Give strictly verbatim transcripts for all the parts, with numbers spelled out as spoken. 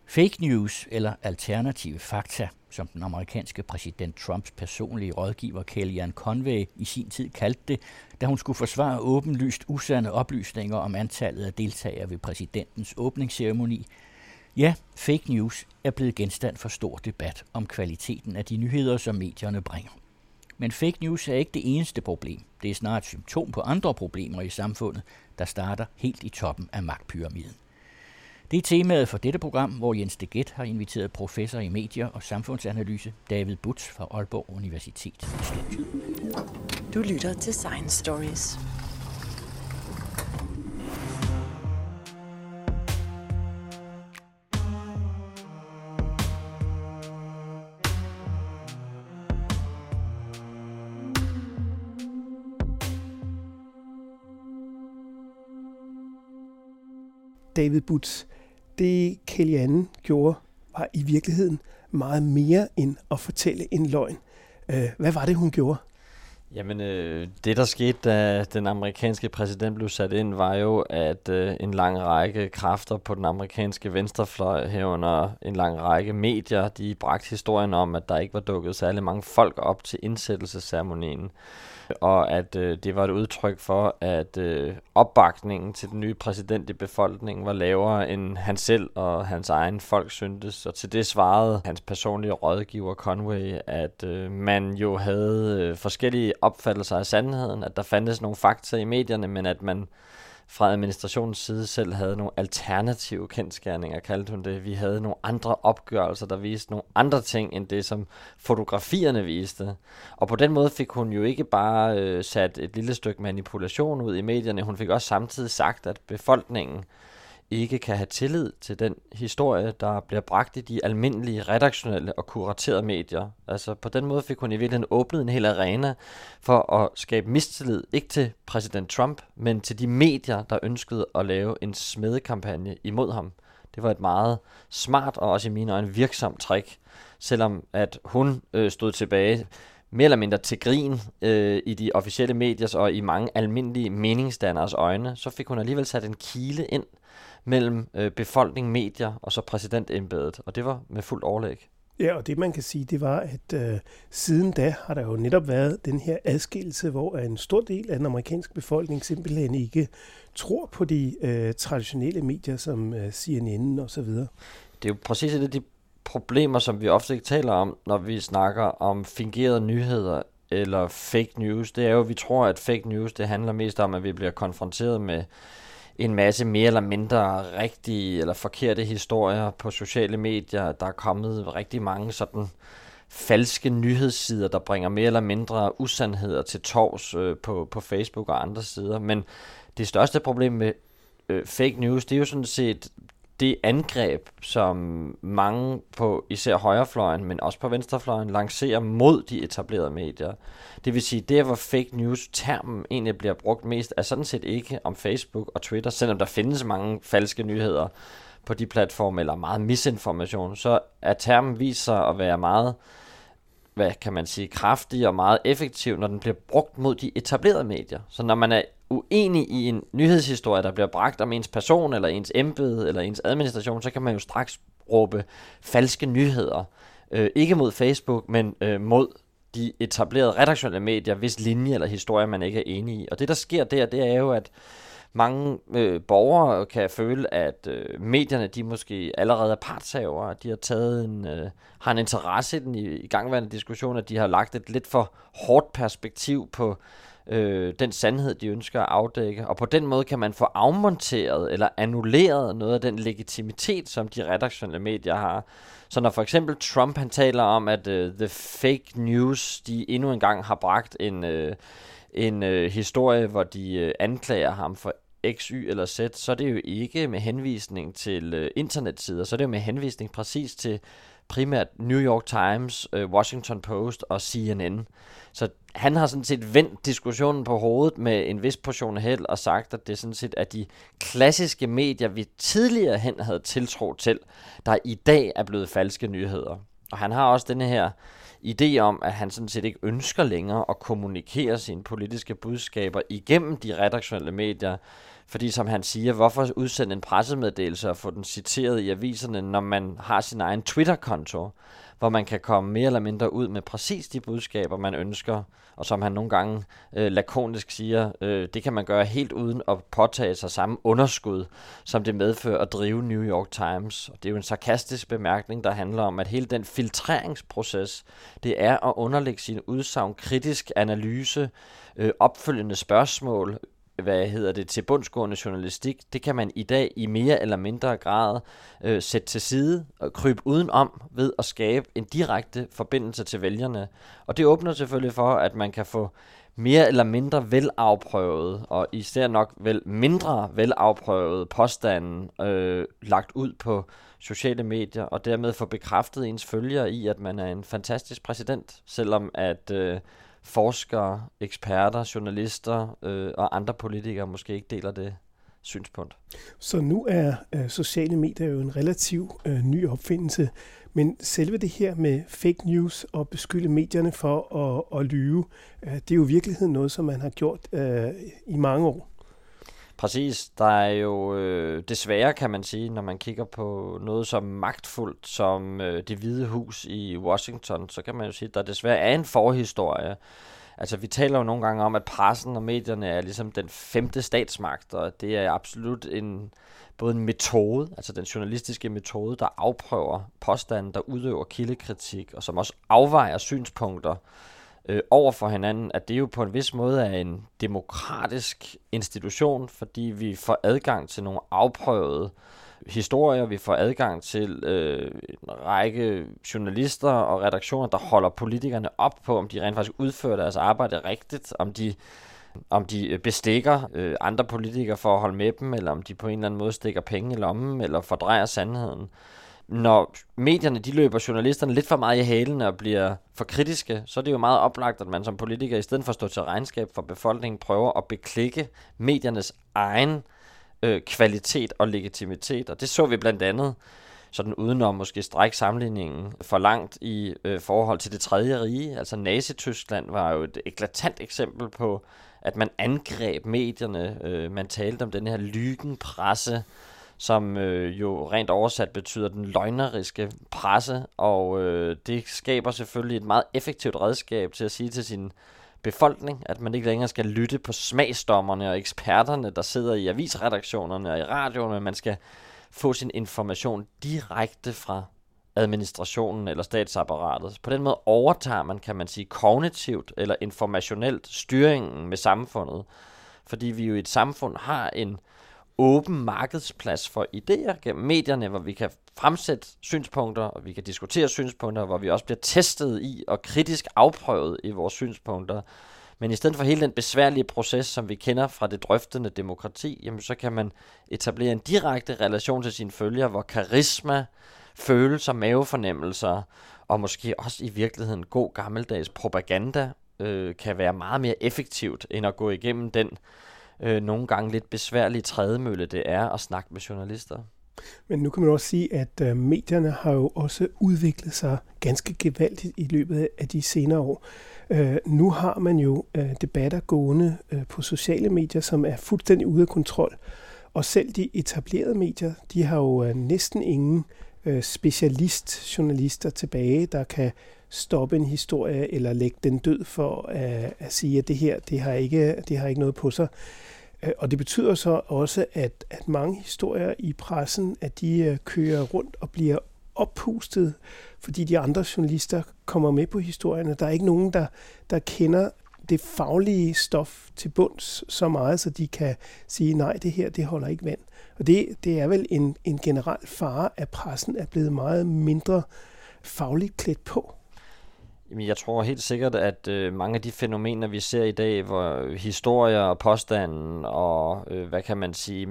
Fake news eller alternative fakta, som den amerikanske præsident Trumps personlige rådgiver Kellyanne Conway i sin tid kaldte det, da hun skulle forsvare åbenlyst usande oplysninger om antallet af deltagere ved præsidentens åbningsceremoni. Ja, fake news er blevet genstand for stor debat om kvaliteten af de nyheder, som medierne bringer. Men fake news er ikke det eneste problem. Det er snarere et symptom på andre problemer i samfundet, der starter helt i toppen af magtpyramiden. Det er temaet for dette program, hvor Jens de Get har inviteret professor i medier og samfundsanalyse David Butz fra Aalborg Universitet i studiet. Du lytter til Science Stories. David Butz, det Kellyanne gjorde, var i virkeligheden meget mere end at fortælle en løgn. Hvad var det, hun gjorde? Jamen, øh, det der skete, da den amerikanske præsident blev sat ind, var jo, at øh, en lang række kræfter på den amerikanske venstrefløj, herunder en lang række medier, de bragte historien om, at der ikke var dukket særlig mange folk op til indsættelsesceremonien. Og at øh, det var et udtryk for, at øh, opbakningen til den nye præsident i befolkningen var lavere end han selv og hans egen folk syntes. Og til det svarede hans personlige rådgiver Conway, at øh, man jo havde øh, forskellige opfattelser af sandheden, at der fandtes nogle fakta i medierne, men at man fra administrationens side selv havde nogle alternative kendsgerninger, kaldte hun det. Vi havde nogle andre opgørelser, der viste nogle andre ting, end det, som fotografierne viste. Og på den måde fik hun jo ikke bare øh, sat et lille stykke manipulation ud i medierne, hun fik også samtidig sagt, at befolkningen ikke kan have tillid til den historie, der bliver bragt i de almindelige, redaktionelle og kuraterede medier. Altså på den måde fik hun i virkeligheden åbnet en hel arena for at skabe mistillid, ikke til præsident Trump, men til de medier, der ønskede at lave en smedekampagne imod ham. Det var et meget smart og også i mine øjne virksomt trick, selvom at hun øh, stod tilbage mere eller mindre til grin øh, i de officielle mediers og i mange almindelige meningsdanneres øjne, så fik hun alligevel sat en kile ind mellem øh, befolkning, medier og så præsidentembedet, og det var med fuldt overlæg. Ja, og det man kan sige, det var, at øh, siden da har der jo netop været den her adskillelse, hvor en stor del af den amerikanske befolkning simpelthen ikke tror på de øh, traditionelle medier, som øh, C N N og så videre. Det er jo præcis et af de problemer, som vi ofte ikke taler om, når vi snakker om fingerede nyheder eller fake news. Det er jo, at vi tror, at fake news, det handler mest om, at vi bliver konfronteret med en masse mere eller mindre rigtige eller forkerte historier på sociale medier. Der er kommet rigtig mange sådan falske nyhedssider, der bringer mere eller mindre usandheder til torvs øh, på, på Facebook og andre sider. Men det største problem med øh, fake news, det er jo sådan set det angreb, som mange på især højrefløjen, men også på venstrefløjen, lancerer mod de etablerede medier. Det vil sige, det hvor fake news-termen egentlig bliver brugt mest, er sådan set ikke om Facebook og Twitter, selvom der findes mange falske nyheder på de platforme, eller meget misinformation, så er termen vist sig at være meget, hvad kan man sige, kraftig og meget effektiv, når den bliver brugt mod de etablerede medier. Så når man er uenig i en nyhedshistorie, der bliver bragt om ens person, eller ens embede, eller ens administration, så kan man jo straks råbe falske nyheder. Øh, ikke mod Facebook, men øh, mod de etablerede redaktionelle medier, hvis linje eller historie man ikke er enig i. Og det, der sker der, det er jo, at mange øh, borgere kan føle, at øh, medierne, de måske allerede er partshavere, de har taget en, øh, har en interesse i den i, i gangværende diskussion, at de har lagt et lidt for hårdt perspektiv på øh, den sandhed, de ønsker at afdække. Og på den måde kan man få afmonteret eller annulleret noget af den legitimitet, som de redaktionelle medier har. Så når for eksempel Trump han taler om, at øh, the fake news, de endnu engang har bragt en øh, en øh, historie, hvor de øh, anklager ham for X, Y eller Z, så er det jo ikke med henvisning til øh, internetsider, så er det jo med henvisning præcis til primært New York Times, øh, Washington Post og C N N. Så han har sådan set vendt diskussionen på hovedet med en vis portion held og sagt, at det sådan set er de klassiske medier, vi tidligere hen havde tiltro til, der i dag er blevet falske nyheder. Og han har også denne her idé om, at han sådan set ikke ønsker længere at kommunikere sine politiske budskaber igennem de redaktionelle medier, Fordi som han siger, hvorfor udsende en pressemeddelelse og få den citeret i aviserne, når man har sin egen Twitter-konto, hvor man kan komme mere eller mindre ud med præcis de budskaber, man ønsker, og som han nogle gange øh, lakonisk siger, øh, det kan man gøre helt uden at påtage sig samme underskud, som det medfører at drive New York Times. Og det er jo en sarkastisk bemærkning, der handler om, at hele den filtreringsproces, det er at underlægge sin udsagn, kritisk analyse, øh, opfølgende spørgsmål, hvad hedder det, til bundsgående journalistik, det kan man i dag i mere eller mindre grad øh, sætte til side og krybe udenom ved at skabe en direkte forbindelse til vælgerne. Og det åbner selvfølgelig for, at man kan få mere eller mindre velafprøvet, og især nok vel mindre velafprøvet påstanden øh, lagt ud på sociale medier, og dermed få bekræftet ens følgere i, at man er en fantastisk præsident, selvom at øh, forskere, eksperter, journalister øh, og andre politikere måske ikke deler det synspunkt. Så nu er øh, sociale medier jo en relativ øh, ny opfindelse, men selve det her med fake news og beskylde medierne for at, at lyve, øh, det er jo i virkeligheden noget, som man har gjort øh, i mange år. Præcis. Der er jo øh, desværre, kan man sige, når man kigger på noget så magtfuldt som øh, Det Hvide Hus i Washington, så kan man jo sige, at der desværre er en forhistorie. Altså, vi taler jo nogle gange om, at pressen og medierne er ligesom den femte statsmagt, og det er absolut en, både en metode, altså den journalistiske metode, der afprøver påstanden, der udøver kildekritik, og som også afvejer synspunkter øh, over for hinanden, at det jo på en vis måde er en demokratisk institution, fordi vi får adgang til nogle afprøvede historier, vi får adgang til øh, en række journalister og redaktioner, der holder politikerne op på, om de rent faktisk udfører deres arbejde rigtigt, om de, om de bestikker øh, andre politikere for at holde med dem, eller om de på en eller anden måde stikker penge i lommen, eller fordrejer sandheden. Når medierne de løber journalisterne lidt for meget i hælene og bliver for kritiske, så er det jo meget oplagt, at man som politiker, i stedet for at stå til regnskab for befolkningen, prøver at beklikke mediernes egen øh, kvalitet og legitimitet. Og det så vi blandt andet, sådan uden at måske strække sammenligningen for langt i øh, forhold til det tredje rige. Altså Nazi-Tyskland var jo et eklatant eksempel på, at man angreb medierne. Øh, man talte om den her lygenpresse, som øh, jo rent oversat betyder den løgneriske presse, og øh, det skaber selvfølgelig et meget effektivt redskab til at sige til sin befolkning, at man ikke længere skal lytte på smagsdommerne og eksperterne, der sidder i avisredaktionerne og i radioen, men man skal få sin information direkte fra administrationen eller statsapparatet. På den måde overtager man, kan man sige, kognitivt eller informationelt styringen med samfundet, fordi vi jo i et samfund har en åben markedsplads for idéer gennem medierne, hvor vi kan fremsætte synspunkter, og vi kan diskutere synspunkter, hvor vi også bliver testet i og kritisk afprøvet i vores synspunkter. Men i stedet for hele den besværlige proces, som vi kender fra det drøftende demokrati, jamen så kan man etablere en direkte relation til sine følgere, hvor karisma, følelser, mavefornemmelser og måske også i virkeligheden god gammeldags propaganda øh, kan være meget mere effektivt, end at gå igennem den øh, nogle gange lidt besværlige trædemølle, det er at snakke med journalister. Men nu kan man også sige, at øh, medierne har jo også udviklet sig ganske gevaldigt i løbet af de senere år. Øh, nu har man jo øh, debatter gående øh, på sociale medier, som er fuldstændig ude af kontrol. Og selv de etablerede medier, de har jo øh, næsten ingen øh, specialistjournalister tilbage, der kan stoppe en historie eller lægge den død for at, at sige, at det her det har, ikke, det har ikke noget på sig. Og det betyder så også, at, at mange historier i pressen, at de kører rundt og bliver oppustet, fordi de andre journalister kommer med på historierne. Der er ikke nogen, der, der kender det faglige stof til bunds så meget, så de kan sige, nej, det her det holder ikke vand. Og det, det er vel en, en generel fare, at pressen er blevet meget mindre fagligt klædt på. Jeg tror helt sikkert, at øh, mange af de fænomener, vi ser i dag, hvor historier og påstanden og, øh, hvad kan man sige,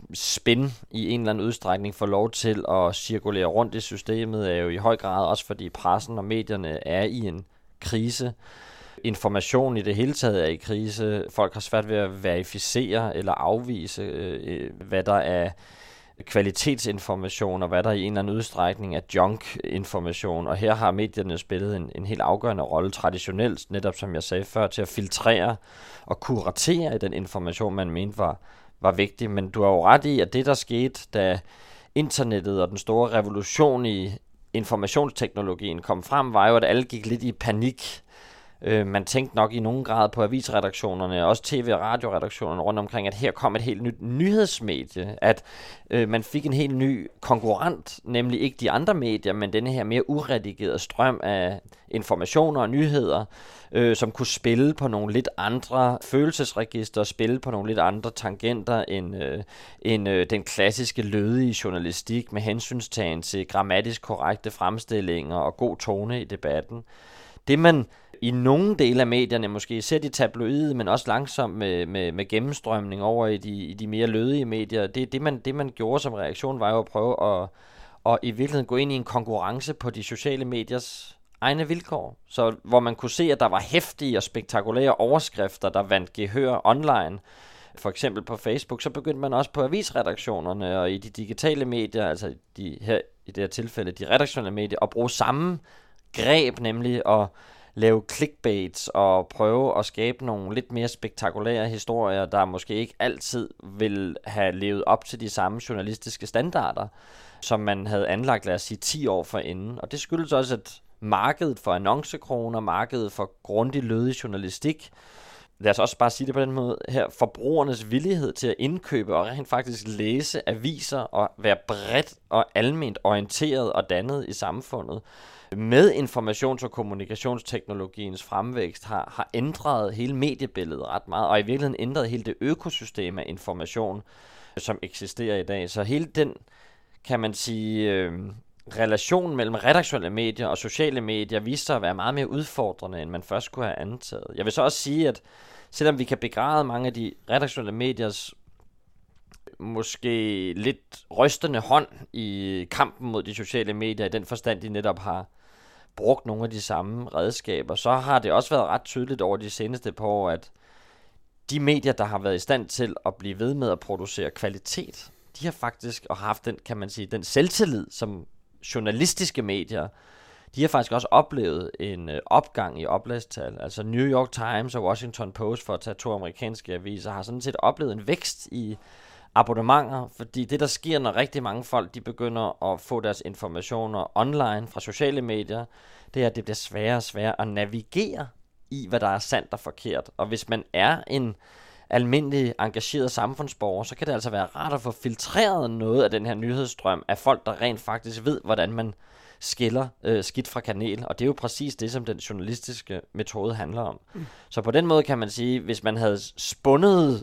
spin i en eller anden udstrækning får lov til at cirkulere rundt i systemet, er jo i høj grad også, fordi pressen og medierne er i en krise. Information i det hele taget er i krise. Folk har svært ved at verificere eller afvise, øh, hvad der er kvalitetsinformation, og hvad der i en eller anden udstrækning er junk-information. Og her har medierne spillet en, en helt afgørende rolle traditionelt, netop som jeg sagde før, til at filtrere og kuratere den information, man mente var var vigtig. Men du har jo ret i, at det, der skete, da internettet og den store revolution i informationsteknologien kom frem, var jo, at alle gik lidt i panik. Øh, man tænkte nok i nogen grad på avisredaktionerne, også tv- og radioredaktionerne rundt omkring, at her kom et helt nyt nyhedsmedie, at øh, man fik en helt ny konkurrent, nemlig ikke de andre medier, men denne her mere uredigerede strøm af informationer og nyheder, øh, som kunne spille på nogle lidt andre følelsesregister, spille på nogle lidt andre tangenter end, øh, end øh, den klassiske lødige journalistik med hensynstagen til grammatisk korrekte fremstillinger og god tone i debatten. Det man i nogle dele af medierne, måske især de tabloide, men også langsomt med, med, med gennemstrømning over i de, i de mere lødige medier, det, det, man, det man gjorde som reaktion, var jo at prøve at, at i virkeligheden gå ind i en konkurrence på de sociale mediers egne vilkår. Så hvor man kunne se, at der var heftige og spektakulære overskrifter, der vandt gehør online, for eksempel på Facebook, så begyndte man også på avisredaktionerne og i de digitale medier, altså de her, i det her tilfælde de redaktionelle medier, at bruge samme greb, nemlig at lave clickbaits og prøve at skabe nogle lidt mere spektakulære historier, der måske ikke altid vil have levet op til de samme journalistiske standarder, som man havde anlagt, lad os sige, ti år forinden. Og det skyldes også, at markedet for annoncekroner, markedet for grundig lødig journalistik, lad os også bare sige det på den måde her, forbrugernes villighed til at indkøbe og rent faktisk læse aviser og være bredt og alment orienteret og dannet i samfundet, med informations- og kommunikationsteknologiens fremvækst har, har ændret hele mediebilledet ret meget, og i virkeligheden ændret hele det økosystem af information, som eksisterer i dag. Så hele den, kan man sige, øh, relation mellem redaktionelle medier og sociale medier viste sig at være meget mere udfordrende, end man først kunne have antaget. Jeg vil så også sige, at selvom vi kan begræde mange af de redaktionelle mediers måske lidt rystende hånd i kampen mod de sociale medier, i den forstand, de netop har brugt nogle af de samme redskaber, så har det også været ret tydeligt over de seneste par år, at de medier, der har været i stand til at blive ved med at producere kvalitet, de har faktisk og haft den, kan man sige, den selvtillid som journalistiske medier, de har faktisk også oplevet en øh, opgang i oplagstal. Altså New York Times og Washington Post, for at tage to amerikanske aviser, har sådan set oplevet en vækst i abonnementer, fordi det, der sker, når rigtig mange folk de begynder at få deres informationer online fra sociale medier, det er, at det bliver sværere og sværere at navigere i, hvad der er sandt og forkert. Og hvis man er en almindelig engageret samfundsborger, så kan det altså være rart at få filtreret noget af den her nyhedsstrøm af folk, der rent faktisk ved, hvordan man skiller øh, skidt fra kanel, og det er jo præcis det, som den journalistiske metode handler om. Mm. Så på den måde kan man sige, hvis man havde spundet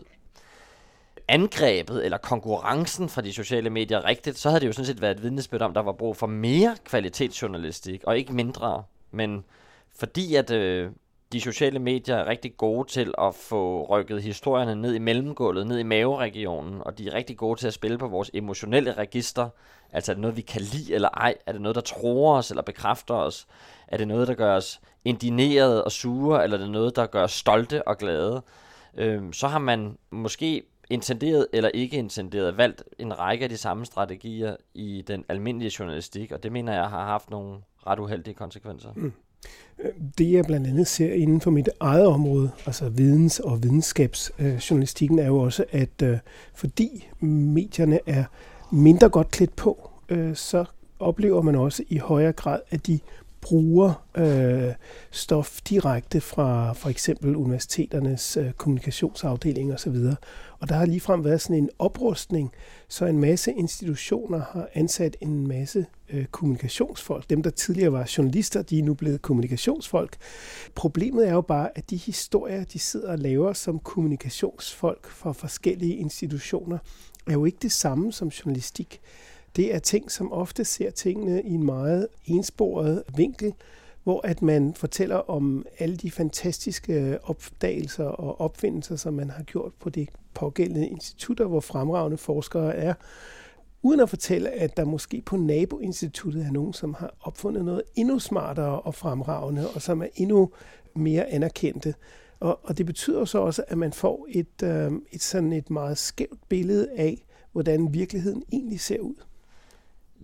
angrebet eller konkurrencen fra de sociale medier rigtigt, så havde det jo sådan set været et vidnesbyrd om, der var brug for mere kvalitetsjournalistik, og ikke mindre. Men fordi at øh, de sociale medier er rigtig gode til at få rykket historierne ned i mellemgulvet, ned i maveregionen, og de er rigtig gode til at spille på vores emotionelle register. Altså er det noget, vi kan lide eller ej? Er det noget, der tror os eller bekræfter os? Er det noget, der gør os indigneret og sure, eller er det noget, der gør os stolte og glade? Øhm, så har man måske intenderet eller ikke intenderet valgt en række af de samme strategier i den almindelige journalistik, og det mener jeg har haft nogle ret uheldige konsekvenser. Mm. Det jeg blandt andet ser inden for mit eget område, altså videns- og videnskabsjournalistikken, er jo også, at øh, fordi medierne er mindre godt klædt på, øh, så oplever man også i højere grad, at de bruger øh, stof direkte fra for eksempel universiteternes øh, kommunikationsafdeling osv. Og der har ligefrem været sådan en oprustning, så en masse institutioner har ansat en masse øh, kommunikationsfolk. Dem, der tidligere var journalister, de er nu blevet kommunikationsfolk. Problemet er jo bare, at de historier, de sidder og laver som kommunikationsfolk for forskellige institutioner, er jo ikke det samme som journalistik. Det er ting, som ofte ser tingene i en meget ensporet vinkel, hvor at man fortæller om alle de fantastiske opdagelser og opfindelser, som man har gjort på de pågældende institutter, hvor fremragende forskere er, uden at fortælle, at der måske på naboinstituttet er nogen, som har opfundet noget endnu smartere og fremragende, og som er endnu mere anerkendte. Og, og det betyder så også, at man får et, øh, et sådan et meget skævt billede af, hvordan virkeligheden egentlig ser ud.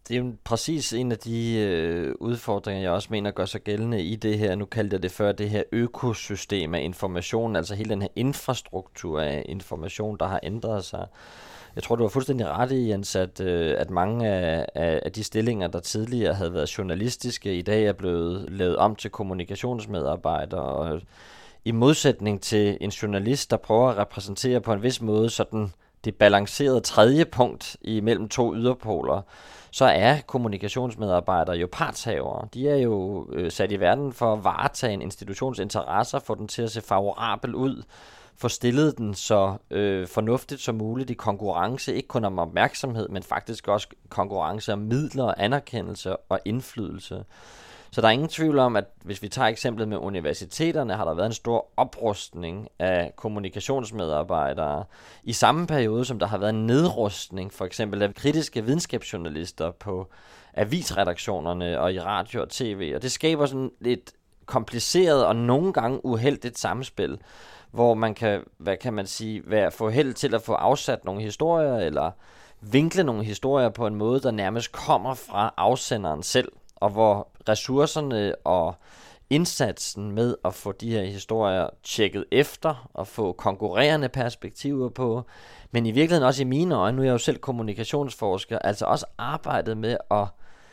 det er jo præcis en af de øh, udfordringer, jeg også mener gør sig gældende i det her, nu kaldte jeg det før, det her økosystem af information, altså hele den her infrastruktur af information, der har ændret sig. Jeg tror, du var fuldstændig ret i, Jens, at, øh, at mange af, af, af de stillinger, der tidligere havde været journalistiske, i dag er blevet lavet om til kommunikationsmedarbejdere, og i modsætning til en journalist, der prøver at repræsentere på en vis måde sådan det balancerede tredje punkt imellem to yderpoler, så er kommunikationsmedarbejdere jo partshavere. De er jo øh, sat i verden for at varetage en institutions interesser, få den til at se favorabel ud, få stillet den så øh, fornuftigt som muligt i konkurrence, ikke kun om opmærksomhed, men faktisk også konkurrence om midler, anerkendelse og indflydelse. Så der er ingen tvivl om, at hvis vi tager eksemplet med universiteterne, har der været en stor oprustning af kommunikationsmedarbejdere i samme periode, som der har været en nedrustning, for eksempel af kritiske videnskabsjournalister på avisredaktionerne og i radio og tv. Og det skaber sådan et kompliceret og nogle gange uheldigt samspil, hvor man kan, hvad kan man sige, være få held til at få afsat nogle historier, eller vinkle nogle historier på en måde, der nærmest kommer fra afsenderen selv, og hvor ressourcerne og indsatsen med at få de her historier tjekket efter, og få konkurrerende perspektiver på, men i virkeligheden også i mine øjne, nu er jeg jo selv kommunikationsforsker, altså også arbejdet med at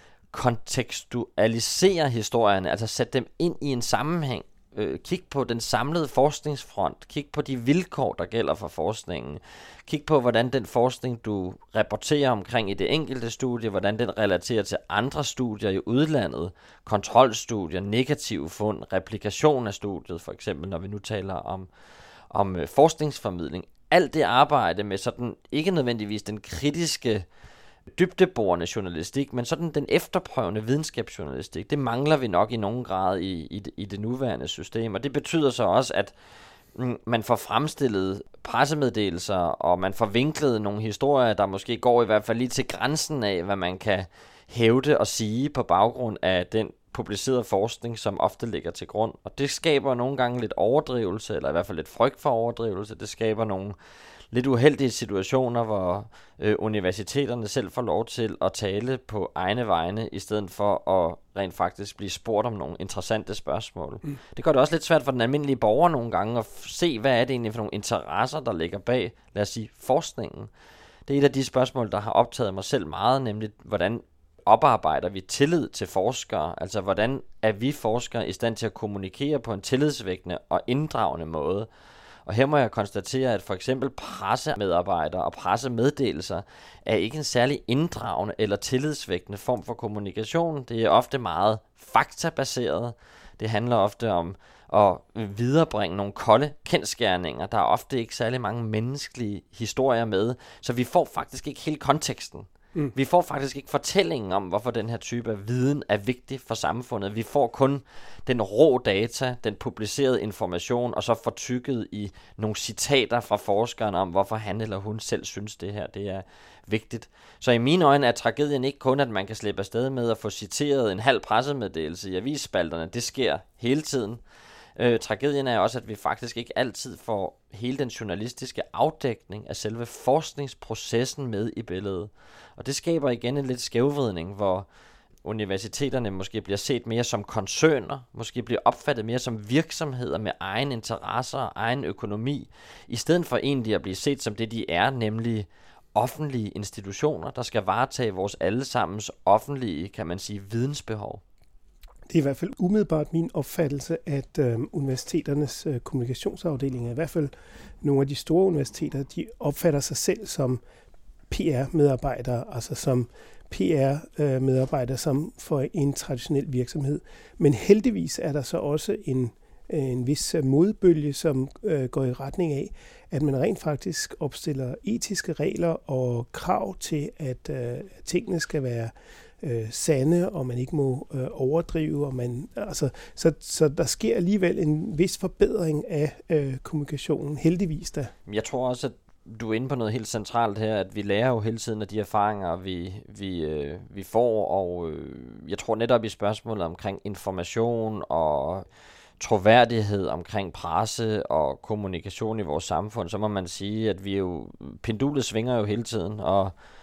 kontekstualisere historierne, altså sætte dem ind i en sammenhæng, øh, kig på den samlede forskningsfront, kig på de vilkår, der gælder for forskningen, kig på, hvordan den forskning, du rapporterer omkring i det enkelte studie, hvordan den relaterer til andre studier i udlandet, kontrolstudier, negative fund, replikation af studiet, for eksempel, når vi nu taler om, om øh, forskningsformidling. Alt det arbejde med sådan, ikke nødvendigvis den kritiske, dybdeborende journalistik, men sådan den efterprøvende videnskabsjournalistik, det mangler vi nok i nogen grad i, i, det, i det nuværende system, og det betyder så også, at mm, man får fremstillet pressemeddelelser, og man får vinklet nogle historier, der måske går i hvert fald lige til grænsen af, hvad man kan hævde og sige på baggrund af den publicerede forskning, som ofte ligger til grund. Og det skaber nogle gange lidt overdrivelse, eller i hvert fald lidt frygt for overdrivelse. Det skaber nogle lidt uheldige situationer, hvor øh, universiteterne selv får lov til at tale på egne vegne, i stedet for at rent faktisk blive spurgt om nogle interessante spørgsmål. Mm. Det gør det også lidt svært for den almindelige borger nogle gange at f- se, hvad er det egentlig for nogle interesser, der ligger bag, lad os sige, forskningen. Det er et af de spørgsmål, der har optaget mig selv meget, nemlig hvordan oparbejder vi tillid til forskere? Altså, hvordan er vi forskere i stand til at kommunikere på en tillidsvækkende og inddragende måde? Og her må jeg konstatere, at for eksempel pressemedarbejdere og pressemeddelelser er ikke en særlig inddragende eller tillidsvækkende form for kommunikation. Det er ofte meget faktabaseret. Det handler ofte om at viderebringe nogle kolde kendsgerninger. Der er ofte ikke særlig mange menneskelige historier med, så vi får faktisk ikke hele konteksten. Mm. Vi får faktisk ikke fortællingen om, hvorfor den her type af viden er vigtig for samfundet. Vi får kun den rå data, den publicerede information, og så fortykket i nogle citater fra forskeren om, hvorfor han eller hun selv synes, det her det er vigtigt. Så i mine øjne er tragedien ikke kun, at man kan slippe afsted med at få citeret en halv pressemeddelelse i avisspalterne. Det sker hele tiden. Øh, tragedien er også, at vi faktisk ikke altid får hele den journalistiske afdækning af selve forskningsprocessen med i billedet. Og det skaber igen en lidt skævvridning, hvor universiteterne måske bliver set mere som koncerner, måske bliver opfattet mere som virksomheder med egen interesser og egen økonomi, i stedet for egentlig at blive set som det, de er, nemlig offentlige institutioner, der skal varetage vores allesammens offentlige, kan man sige, vidensbehov. Det er i hvert fald umiddelbart min opfattelse, at øh, universiteternes øh, kommunikationsafdelinger, i hvert fald nogle af de store universiteter, de opfatter sig selv som P R-medarbejdere, altså som P R-medarbejdere som for en traditionel virksomhed. Men heldigvis er der så også en, en vis modbølge, som øh, går i retning af, at man rent faktisk opstiller etiske regler og krav til, at øh, tingene skal være øh, sande, og man ikke må øh, overdrive. Og man, altså, så, så der sker alligevel en vis forbedring af øh, kommunikationen, heldigvis da. Jeg tror også, at du er inde på noget helt centralt her, at vi lærer jo hele tiden af de erfaringer, vi, vi, øh, vi får, og øh, jeg tror netop i spørgsmålet omkring information og troværdighed omkring presse og kommunikation i vores samfund, så må man sige, at vi jo, pendulet svinger jo hele tiden, og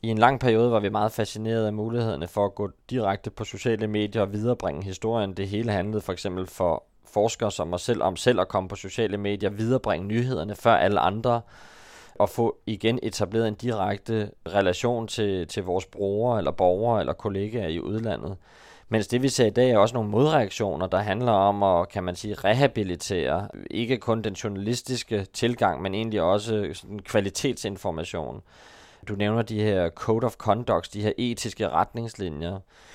I en lang periode var vi meget fascineret af mulighederne for at gå direkte på sociale medier og viderebringe historien. Det hele handlede for eksempel for forskere som os selv om selv at komme på sociale medier, viderebringe nyhederne før alle andre, og få igen etableret en direkte relation til, til vores brugere eller borgere eller kollegaer i udlandet. Mens det vi ser i dag er også nogle modreaktioner, der handler om at, kan man sige, rehabilitere ikke kun den journalistiske tilgang, men egentlig også sådan kvalitetsinformation. Du nævner de her code of conducts, de her etiske retningslinjer.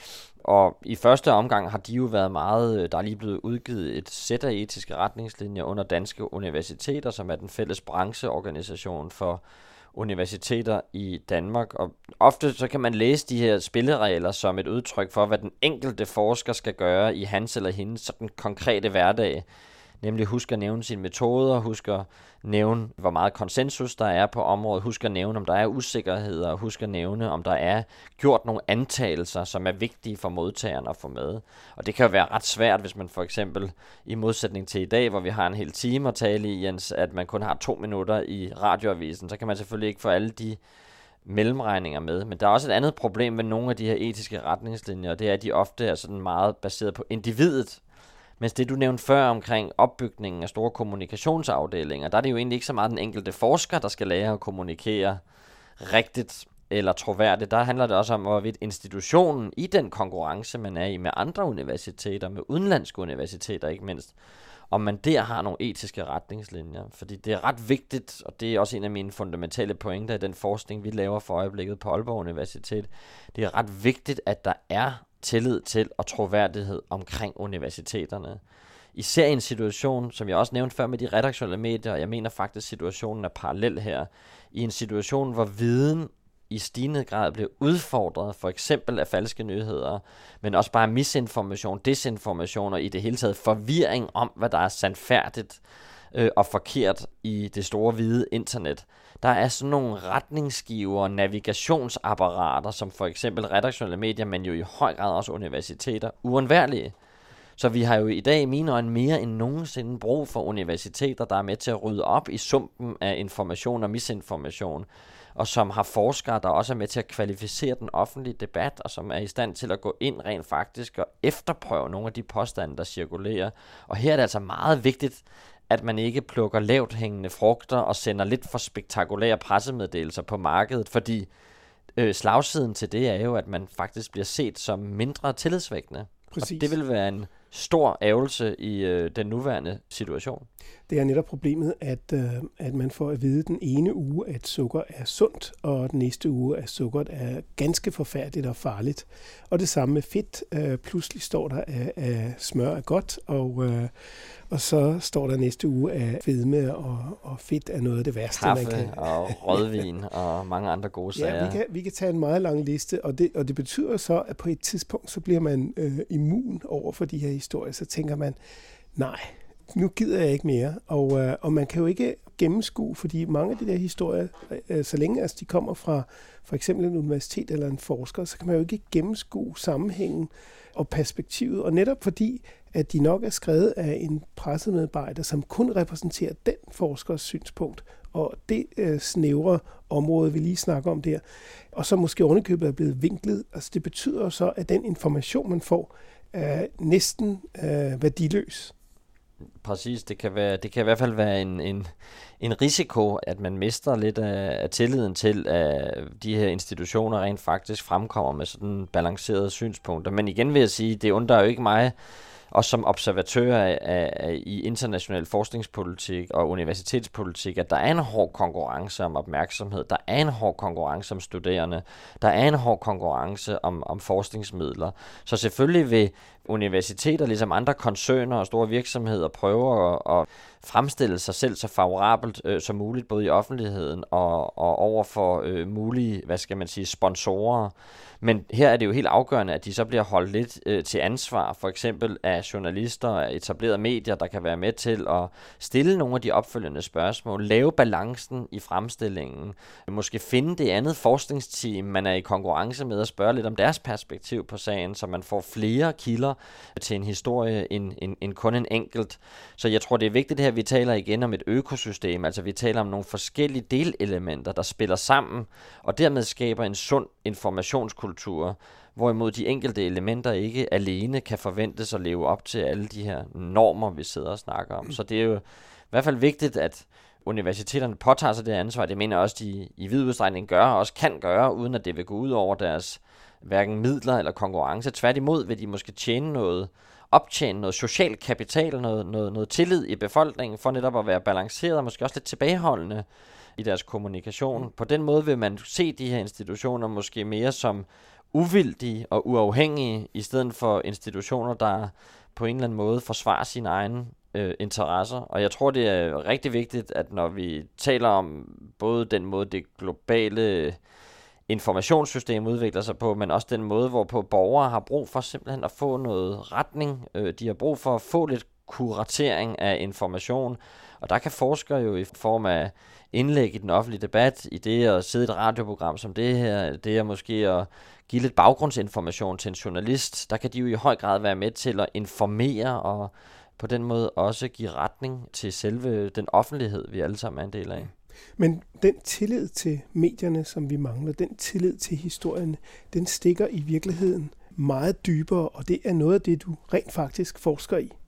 Og i første omgang har de jo været meget, der er lige blevet udgivet et sæt af etiske retningslinjer under Danske Universiteter, som er den fælles brancheorganisation for universiteter i Danmark. Og ofte så kan man læse de her spilleregler som et udtryk for, hvad den enkelte forsker skal gøre i hans eller hendes sådan konkrete hverdag. Nemlig husk at nævne sine metoder, husk at nævne, hvor meget konsensus der er på området, husk at nævne, om der er usikkerheder, husk at nævne, om der er gjort nogle antagelser, som er vigtige for modtagerne at få med. Og det kan jo være ret svært, hvis man for eksempel, i modsætning til i dag, hvor vi har en hel time at tale i, Jens, at man kun har to minutter i radioavisen, så kan man selvfølgelig ikke få alle de mellemregninger med. Men der er også et andet problem med nogle af de her etiske retningslinjer, og det er, at de ofte er sådan meget baseret på individet. Mens det, du nævnte før omkring opbygningen af store kommunikationsafdelinger, der er det jo egentlig ikke så meget den enkelte forsker, der skal lære at kommunikere rigtigt eller troværdigt. Der handler det også om, hvorvidt institutionen i den konkurrence, man er i med andre universiteter, med udenlandske universiteter ikke mindst, om man der har nogle etiske retningslinjer. Fordi det er ret vigtigt, og det er også en af mine fundamentale pointer i den forskning, vi laver for øjeblikket på Aalborg Universitet. Det er ret vigtigt, at der er tillid til og troværdighed omkring universiteterne. Især i en situation, som jeg også nævnte før med de redaktionelle medier, og jeg mener faktisk, situationen er parallel her. I en situation, hvor viden i stigende grad bliver udfordret, for eksempel af falske nyheder, men også bare misinformation, desinformation og i det hele taget forvirring om, hvad der er sandfærdigt øh, og forkert i det store hvide internet. Der er sådan nogle retningsgiver og navigationsapparater, som for eksempel redaktionelle medier, men jo i høj grad også universiteter, uundværlige. Så vi har jo i dag i mine øjne mere end nogensinde brug for universiteter, der er med til at rydde op i sumpen af information og misinformation, og som har forskere, der også er med til at kvalificere den offentlige debat, og som er i stand til at gå ind rent faktisk og efterprøve nogle af de påstande, der cirkulerer. Og her er det altså meget vigtigt, at man ikke plukker lavt hængende frugter og sender lidt for spektakulære pressemeddelelser på markedet, fordi øh, slagsiden til det er jo, at man faktisk bliver set som mindre tillidsvækkende. Præcis. Og det vil være en stor ærgelse i øh, den nuværende situation. Det er netop problemet, at, øh, at man får at vide den ene uge, at sukker er sundt, og den næste uge, at sukkeret er ganske forfærdeligt og farligt. Og det samme med fedt. Øh, pludselig står der, at, at smør er godt, og, øh, og så står der næste uge, at fedme og, og fedt er noget af det værste, Kaffe man kan. og rødvin og mange andre gode sager. Ja, vi kan, vi kan tage en meget lang liste, og det, og det betyder så, at på et tidspunkt, så bliver man øh, immun over for de her historier. Så tænker man, nej, nu gider jeg ikke mere. Og, øh, og man kan jo ikke gennemskue, fordi mange af de der historier, øh, så længe altså de kommer fra for eksempel en universitet eller en forsker, så kan man jo ikke gennemskue sammenhængen og perspektivet. Og netop fordi, at de nok er skrevet af en pressemedarbejder, som kun repræsenterer den forskers synspunkt, og det øh, snævre område, vi lige snakker om der, og så måske ovenikøbet er blevet vinklet. Altså det betyder jo så, at den information, man får, er næsten øh, værdiløs. Præcis, det kan, være, det kan i hvert fald være en, en, en risiko, at man mister lidt af, af tilliden til, at de her institutioner rent faktisk fremkommer med sådan balancerede synspunkter. Men igen vil jeg sige, det undrer jo ikke mig, også som observatør af, af, af, i international forskningspolitik og universitetspolitik, at der er en hård konkurrence om opmærksomhed, der er en hård konkurrence om studerende, der er en hård konkurrence om, om forskningsmidler. Så selvfølgelig vil universiteter, ligesom andre koncerner og store virksomheder, prøve at, at fremstille sig selv så favorabelt øh, som muligt, både i offentligheden og, og over for øh, mulige, hvad skal man sige, sponsorer. Men her er det jo helt afgørende, at de så bliver holdt lidt øh, til ansvar, for eksempel af journalister og etablerede medier, der kan være med til at stille nogle af de opfølgende spørgsmål, lave balancen i fremstillingen, måske finde det andet forskningsteam, man er i konkurrence med, og spørge lidt om deres perspektiv på sagen, så man får flere kilder til en historie end, end, end kun en enkelt. Så jeg tror, det er vigtigt her, vi taler igen om et økosystem, altså vi taler om nogle forskellige delelementer, der spiller sammen, og dermed skaber en sund informationskultur, hvorimod de enkelte elementer ikke alene kan forventes at leve op til alle de her normer, vi sidder og snakker om. Så det er jo i hvert fald vigtigt, at universiteterne påtager sig det ansvar. Det mener jeg også, de i vid udstrækning gør, og også kan gøre, uden at det vil gå ud over deres hverken midler eller konkurrence. Tværtimod vil de måske tjene noget, optjene noget social kapital, noget, noget, noget tillid i befolkningen, for netop at være balanceret og måske også lidt tilbageholdende i deres kommunikation. På den måde vil man se de her institutioner måske mere som uvildige og uafhængige, i stedet for institutioner, der på en eller anden måde forsvarer sine egne øh, interesser. Og jeg tror, det er rigtig vigtigt, at når vi taler om både den måde, det globale informationssystem udvikler sig på, men også den måde, hvorpå borgere har brug for simpelthen at få noget retning. Øh, de har brug for at få lidt kuratering af information, og der kan forskere jo i form af indlæg i den offentlige debat, i det at sidde i et radioprogram som det her, det er måske at give lidt baggrundsinformation til en journalist, der kan de jo i høj grad være med til at informere og på den måde også give retning til selve den offentlighed, vi alle sammen er en del af. Men den tillid til medierne, som vi mangler, den tillid til historien, den stikker i virkeligheden meget dybere, og det er noget af det, du rent faktisk forsker i.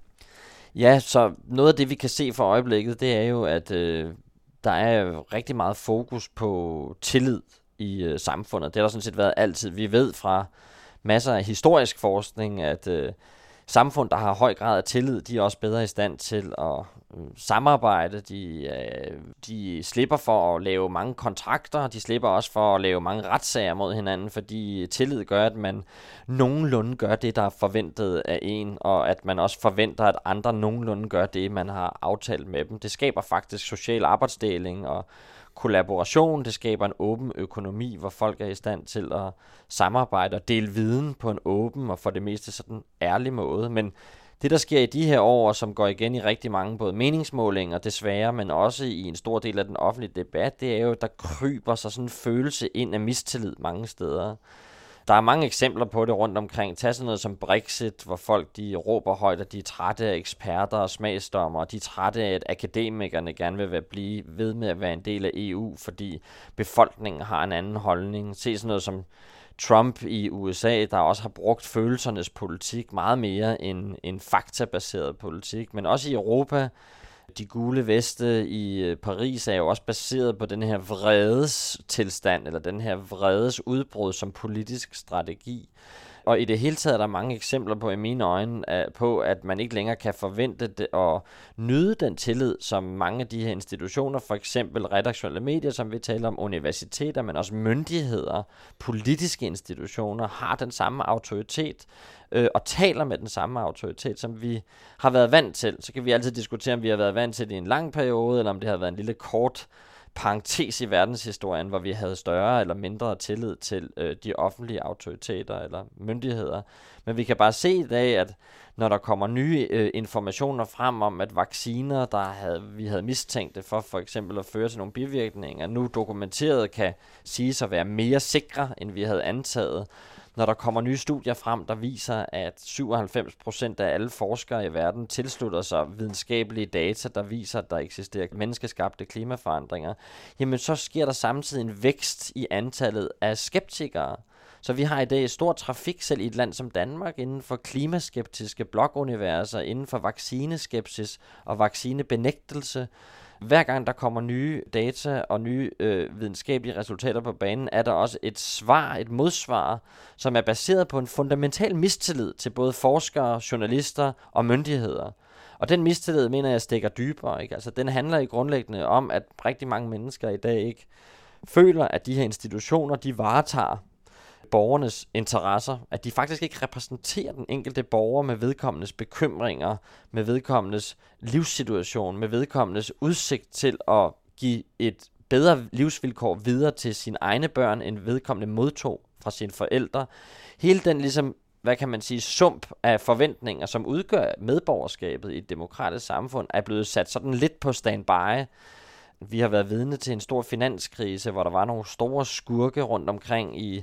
Ja, så noget af det, vi kan se for øjeblikket, det er jo, at øh, der er rigtig meget fokus på tillid i øh, samfundet. Det har der sådan set været altid. Vi ved fra masser af historisk forskning, at øh, samfund, der har høj grad af tillid, de er også bedre i stand til at øh, samarbejde. De, øh, de slipper for at lave mange kontrakter. De slipper også for at lave mange retssager mod hinanden, fordi tillid gør, at man nogenlunde gør det, der er forventet af en, og at man også forventer, at andre nogenlunde gør det, man har aftalt med dem. Det skaber faktisk social arbejdsdeling og kollaboration. Det skaber en åben økonomi, hvor folk er i stand til at samarbejde og dele viden på en åben og for det meste sådan ærlig måde. Men det, der sker i de her år, som går igen i rigtig mange både meningsmålinger, desværre, men også i en stor del af den offentlige debat, det er jo, at der kryber sig sådan en følelse ind af mistillid mange steder. Der er mange eksempler på det rundt omkring. Tag sådan noget som Brexit, hvor folk de råber højt, at de er trætte af eksperter og smagsdommer, og de er trætte af, at akademikerne gerne vil være, blive ved med at være en del af E U, fordi befolkningen har en anden holdning. Se sådan noget som Trump i U S A, der også har brugt følelsernes politik meget mere end, end faktabaseret politik, men også i Europa. De gule veste i Paris er jo også baseret på den her vredes tilstand, eller den her vredes udbrud som politisk strategi. Og i det hele taget er der mange eksempler på, i mine øjne, på, at man ikke længere kan forvente det og nyde den tillid, som mange af de her institutioner, for eksempel redaktionelle medier, som vi taler om, universiteter, men også myndigheder, politiske institutioner, har den samme autoritet øh, og taler med den samme autoritet, som vi har været vant til. Så kan vi altid diskutere, om vi har været vant til det i en lang periode, eller om det har været en lille kort parentes i verdenshistorien, hvor vi havde større eller mindre tillid til øh, de offentlige autoriteter eller myndigheder. Men vi kan bare se i dag, at når der kommer nye øh, informationer frem om, at vacciner, der havde, vi havde mistænkt det for for eksempel at føre til nogle bivirkninger, nu dokumenteret kan siges at være mere sikre, end vi havde antaget. Når der kommer nye studier frem, der viser, at syvoghalvfems procent af alle forskere i verden tilslutter sig videnskabelige data, der viser, at der eksisterer menneskeskabte klimaforandringer, jamen så sker der samtidig en vækst i antallet af skeptikere. Så vi har i dag et stort trafik selv i et land som Danmark inden for klimaskeptiske bloguniverser, inden for vaccineskepsis og vaccinebenægtelse. Hver gang der kommer nye data og nye øh, videnskabelige resultater på banen, er der også et svar, et modsvar, som er baseret på en fundamental mistillid til både forskere, journalister og myndigheder. Og den mistillid, mener jeg, stikker dybere. Ikke? Altså, den handler i grundlæggende om, at rigtig mange mennesker i dag ikke føler, at de her institutioner, de varetager borgernes interesser, at de faktisk ikke repræsenterer den enkelte borger med vedkommendes bekymringer, med vedkommendes livssituation, med vedkommendes udsigt til at give et bedre livsvilkår videre til sine egne børn, end vedkommende modtog fra sine forældre. Hele den ligesom, hvad kan man sige, sump af forventninger, som udgør medborgerskabet i et demokratisk samfund, er blevet sat sådan lidt på standby. Vi har været vidne til en stor finanskrise, hvor der var nogle store skurke rundt omkring i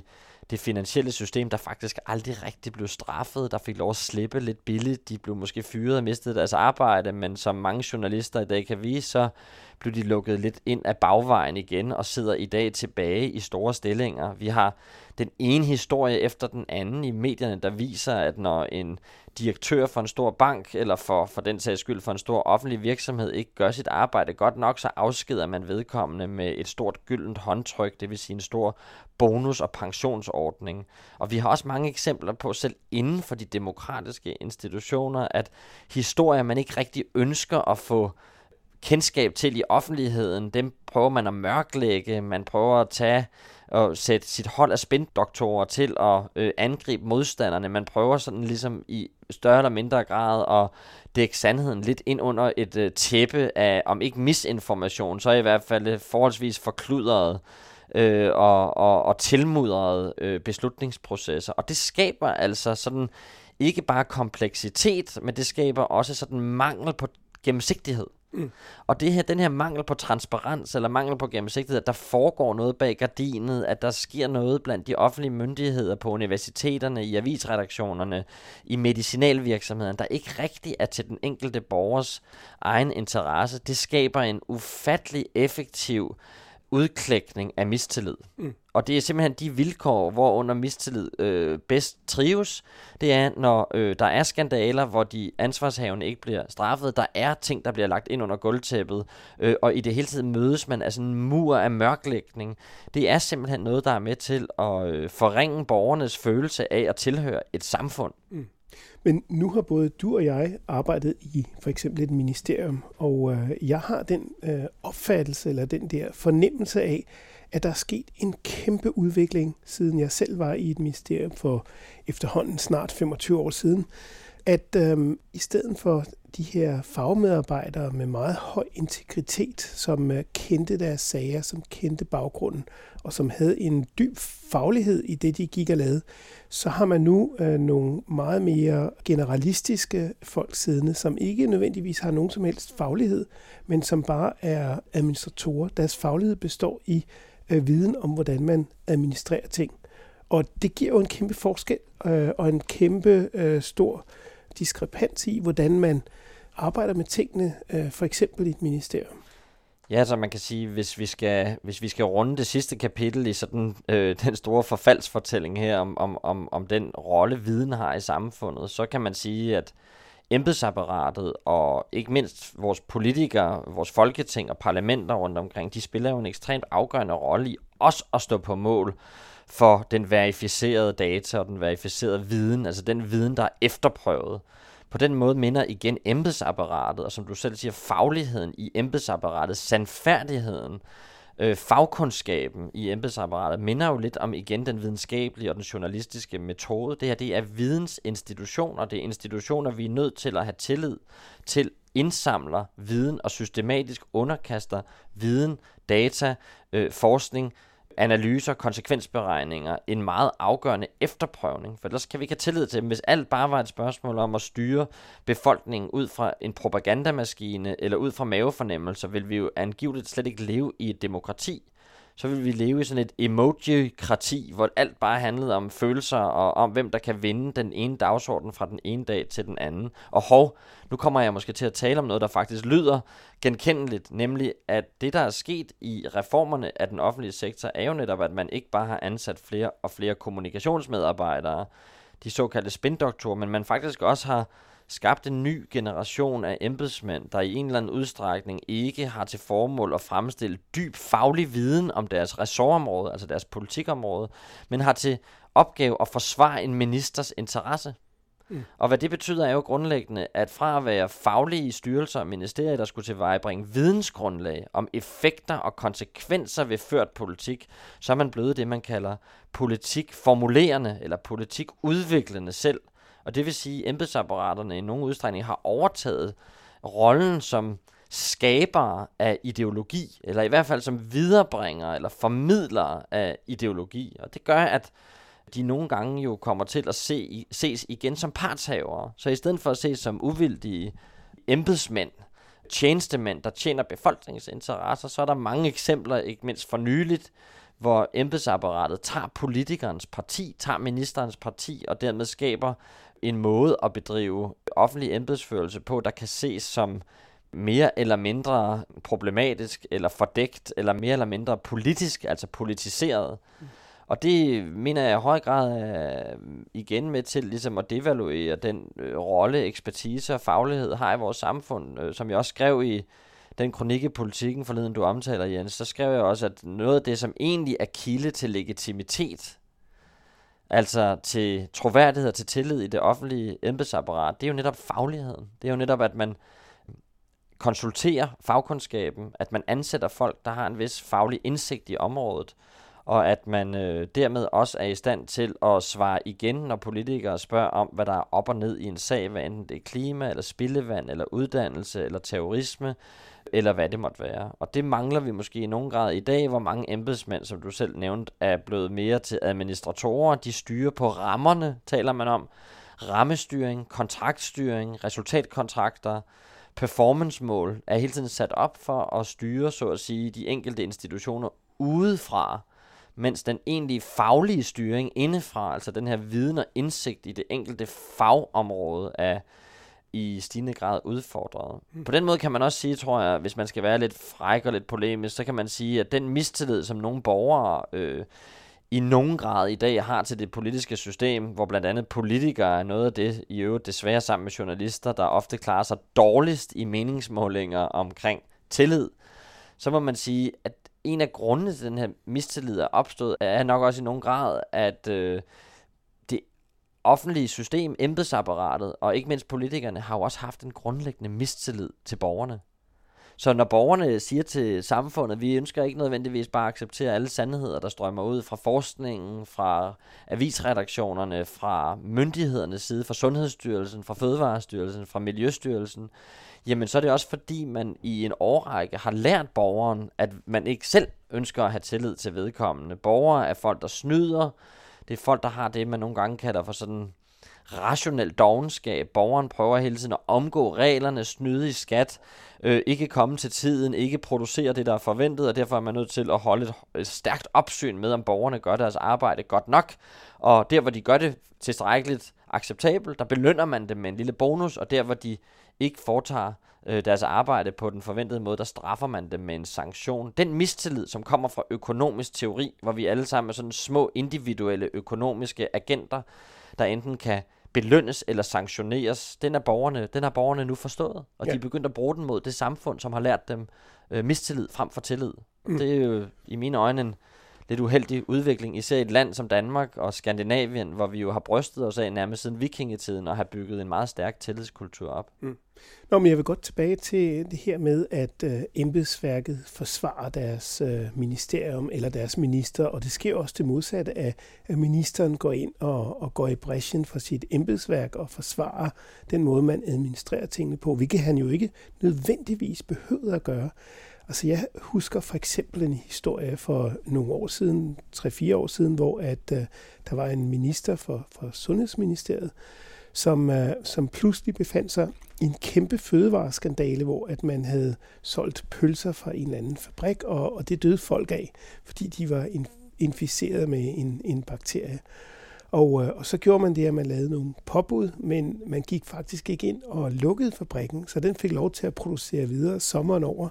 det finansielle system, der faktisk aldrig rigtig blev straffet, der fik lov at slippe lidt billigt. De blev måske fyret og mistede deres arbejde, men som mange journalister i dag kan vise, så blev de lukket lidt ind af bagvejen igen og sidder i dag tilbage i store stillinger. Vi har den ene historie efter den anden i medierne, der viser, at når en direktør for en stor bank, eller for, for den sags skyld for en stor offentlig virksomhed, ikke gør sit arbejde godt nok, så afskeder man vedkommende med et stort gyldent håndtryk, det vil sige en stor bonus- og pensionsordning. Og vi har også mange eksempler på, selv inden for de demokratiske institutioner, at historier, man ikke rigtig ønsker at få kendskab til i offentligheden, dem prøver man at mørklægge, man prøver at tage og sætte sit hold af spindoktorer til at øh, angribe modstanderne. Man prøver sådan ligesom i større eller mindre grad at dække sandheden lidt ind under et øh, tæppe af, om ikke misinformation, så i hvert fald forholdsvis forkludret øh, og, og, og tilmudrede øh, beslutningsprocesser. Og det skaber altså sådan ikke bare kompleksitet, men det skaber også sådan mangel på gennemsigtighed. Mm. Og det her, den her mangel på transparens eller mangel på gennemsigtighed, at der foregår noget bag gardinet, at der sker noget blandt de offentlige myndigheder på universiteterne, i avisredaktionerne, i medicinalvirksomheden, der ikke rigtig er til den enkelte borgers egen interesse, det skaber en ufattelig effektiv udklækning af mistillid. Mm. Og det er simpelthen de vilkår, hvor under mistillid øh, bedst trives. Det er, når øh, der er skandaler, hvor de ansvarshavende ikke bliver straffet. Der er ting, der bliver lagt ind under gulvtæppet. Øh, og i det hele tiden mødes man af sådan en mur af mørklægning. Det er simpelthen noget, der er med til at øh, forringe borgernes følelse af at tilhøre et samfund. Mm. Men nu har både du og jeg arbejdet i for eksempel et ministerium, og øh, jeg har den øh, opfattelse, eller den der fornemmelse af, at der er sket en kæmpe udvikling, siden jeg selv var i et ministerium for efterhånden snart femogtyve år siden, at øh, i stedet for de her fagmedarbejdere med meget høj integritet, som øh, kendte deres sager, som kendte baggrunden, og som havde en dyb faglighed i det, de gik og lavede, så har man nu øh, nogle meget mere generalistiske folk siddende, som ikke nødvendigvis har nogen som helst faglighed, men som bare er administratorer. Deres faglighed består i øh, viden om, hvordan man administrerer ting. Og det giver jo en kæmpe forskel øh, og en kæmpe øh, stor diskrepans i, hvordan man arbejder med tingene, øh, for eksempel i et ministerium. Ja, så man kan sige, hvis vi skal, hvis vi skal runde det sidste kapitel i sådan øh, den store forfaldsfortælling her om, om, om, om den rolle, viden har i samfundet, så kan man sige, at embedsapparatet og ikke mindst vores politikere, vores folketing og parlamenter rundt omkring, de spiller jo en ekstremt afgørende rolle i også at stå på mål for den verificerede data og den verificerede viden, altså den viden, der er efterprøvet. På den måde minder igen embedsapparatet, og som du selv siger, fagligheden i embedsapparatet, sandfærdigheden, øh, fagkundskaben i embedsapparatet, minder jo lidt om igen den videnskabelige og den journalistiske metode. Det her, det er vidensinstitutioner, det er institutioner, vi er nødt til at have tillid til, indsamler viden og systematisk underkaster viden, data, øh, forskning, analyser, konsekvensberegninger, en meget afgørende efterprøvning, for ellers kan vi ikke have tillid til dem. Hvis alt bare var et spørgsmål om at styre befolkningen ud fra en propagandamaskine eller ud fra mavefornemmelser, vil vi jo angiveligt slet ikke leve i et demokrati. Så vil vi leve i sådan et emoji-krati, hvor alt bare handlede om følelser og om, hvem der kan vinde den ene dagsorden fra den ene dag til den anden. Og hov, nu kommer jeg måske til at tale om noget, der faktisk lyder genkendeligt, nemlig at det, der er sket i reformerne af den offentlige sektor, er jo netop, at man ikke bare har ansat flere og flere kommunikationsmedarbejdere, de såkaldte spindoktorer, men man faktisk også har skabt en ny generation af embedsmænd, der i en eller anden udstrækning ikke har til formål at fremstille dyb faglig viden om deres ressortområde, altså deres politikområde, men har til opgave at forsvare en ministers interesse. Mm. Og hvad det betyder er jo grundlæggende, at fra at være faglige styrelser og ministerier, der skulle tilvejebringe vidensgrundlag om effekter og konsekvenser ved ført politik, så er man blevet det, man kalder politikformulerende eller politikudviklende selv. Og det vil sige, at embedsapparaterne i nogle udstrækning har overtaget rollen som skabere af ideologi, eller i hvert fald som viderebringer eller formidlere af ideologi. Og det gør, at de nogle gange jo kommer til at se, ses igen som partshavere. Så i stedet for at ses som uvildige embedsmænd, tjenestemænd, der tjener befolkningens interesser, så er der mange eksempler, ikke mindst for nyligt, hvor embedsapparatet tager politikernes parti, tager ministerens parti, og dermed skaber en måde at bedrive offentlig embedsførelse på, der kan ses som mere eller mindre problematisk, eller fordækt, eller mere eller mindre politisk, altså politiseret. Mm. Og det mener jeg i høj grad er igen med til ligesom at devaluere den øh, rolle, ekspertise og faglighed har i vores samfund. Øh, som jeg også skrev i den kronik i Politikken forleden, du omtaler, Jens, så skrev jeg også, at noget af det, som egentlig er kilde til legitimitet, altså til troværdighed og til tillid i det offentlige embedsapparat, det er jo netop fagligheden. Det er jo netop, at man konsulterer fagkundskaben, at man ansætter folk, der har en vis faglig indsigt i området, og at man øh, dermed også er i stand til at svare igen, når politikere spørger om, hvad der er op og ned i en sag, hvad enten det er klima, eller spildevand, eller uddannelse, eller terrorisme, eller hvad det måtte være. Og det mangler vi måske i nogen grad i dag, hvor mange embedsmænd, som du selv nævnte, er blevet mere til administratorer. De styrer på rammerne, taler man om. Rammestyring, kontraktstyring, resultatkontrakter, performancemål er hele tiden sat op for at styre, så at sige, de enkelte institutioner udefra, mens den egentlige faglige styring indefra, altså den her viden og indsigt i det enkelte fagområde, er i stigende grad udfordret. Mm. På den måde kan man også sige, tror jeg, hvis man skal være lidt fræk og lidt polemisk, så kan man sige, at den mistillid, som nogle borgere øh, i nogen grad i dag har til det politiske system, hvor blandt andet politikere er noget af det, i øvrigt desværre sammen med journalister, der ofte klarer sig dårligst i meningsmålinger omkring tillid, så må man sige, at en af grundene til den her mistillid er opstået, er nok også i nogen grad, at øh, det offentlige system, embedsapparatet og ikke mindst politikerne, har jo også haft en grundlæggende mistillid til borgerne. Så når borgerne siger til samfundet, at vi ønsker ikke nødvendigvis bare at acceptere alle sandheder, der strømmer ud fra forskningen, fra avisredaktionerne, fra myndighedernes side, fra Sundhedsstyrelsen, fra Fødevarestyrelsen, fra Miljøstyrelsen, jamen så er det også fordi, man i en årrække har lært borgeren, at man ikke selv ønsker at have tillid til vedkommende. Borgere er folk, der snyder. Det er folk, der har det, man nogle gange kalder for sådan rationel dovenskab. Borgeren prøver hele tiden at omgå reglerne, snyde i skat, øh, ikke komme til tiden, ikke producere det, der er forventet, og derfor er man nødt til at holde et, et stærkt opsyn med, om borgerne gør deres arbejde godt nok. Og der, hvor de gør det tilstrækkeligt acceptabelt, der belønner man dem med en lille bonus, og der, hvor de ikke foretager øh, deres arbejde på den forventede måde, der straffer man dem med en sanktion. Den mistillid, som kommer fra økonomisk teori, hvor vi alle sammen er sådan små individuelle økonomiske agenter, der enten kan belønnes eller sanktioneres, den, er borgerne, den har borgerne nu forstået, og ja. De er begyndt at bruge den mod det samfund, som har lært dem øh, mistillid frem for tillid. Mm. Det er jo i mine øjne en lidt uheldig udvikling, især i et land som Danmark og Skandinavien, hvor vi jo har brystet os af nærmest siden vikingetiden og har bygget en meget stærk tillidskultur op. Mm. Nå, men jeg vil godt tilbage til det her med, at øh, embedsværket forsvarer deres øh, ministerium eller deres minister, og det sker også det modsatte af, at ministeren går ind og, og går i brechen for sit embedsværk og forsvarer den måde, man administrerer tingene på, hvilket han jo ikke nødvendigvis behøver at gøre. Altså jeg husker for eksempel en historie for nogle år siden, tre-fire år siden, hvor at, uh, der var en minister for, for Sundhedsministeriet, som, uh, som pludselig befandt sig i en kæmpe fødevareskandale, hvor at man havde solgt pølser fra en eller anden fabrik, og, og det døde folk af, fordi de var inficeret med en, en bakterie. Og, uh, og så gjorde man det, at man lavede nogle påbud, men man gik faktisk ikke ind og lukkede fabrikken, så den fik lov til at producere videre sommeren over.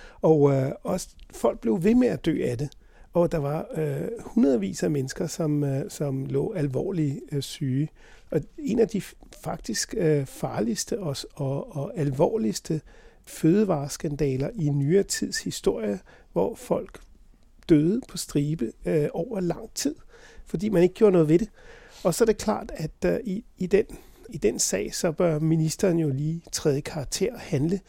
Og øh, også folk blev ved med at dø af det. Og der var øh, hundredvis af mennesker, som, øh, som lå alvorligt øh, syge. Og en af de faktisk øh, farligste og, og, og alvorligste fødevareskandaler i nyere tids historie, hvor folk døde på stribe øh, over lang tid, fordi man ikke gjorde noget ved det. Og så er det klart, at øh, i, i, den, i den sag, så bør ministeren jo lige træde karakter og handle.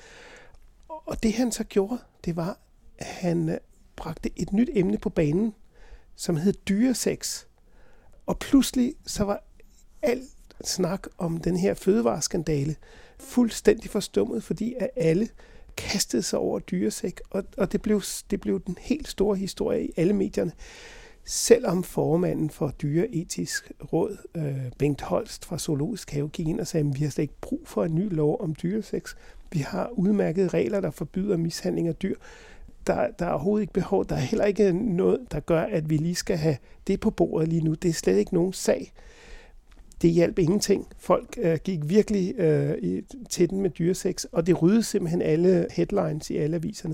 Og det han så gjorde, det var, at han bragte et nyt emne på banen, som hed dyresex. Og pludselig så var alt snak om den her fødevareskandale fuldstændig forstummet, fordi at alle kastede sig over dyresex, og, og det, blev, det blev den helt store historie i alle medierne. Selvom formanden for Dyreetisk Råd, øh, Bengt Holst fra Zoologisk Have, gik ind og sagde, at vi har slet ikke brug for en ny lov om dyresex. Vi har udmærkede regler, der forbyder mishandling af dyr. der, der er overhovedet ikke behov. Der er heller ikke noget, der gør, at vi lige skal have det på bordet lige nu. Det er slet ikke nogen sag. Det hjalp ingenting. Folk øh, gik virkelig øh, i, til den med dyresex, og det ryddede simpelthen alle headlines i alle aviserne.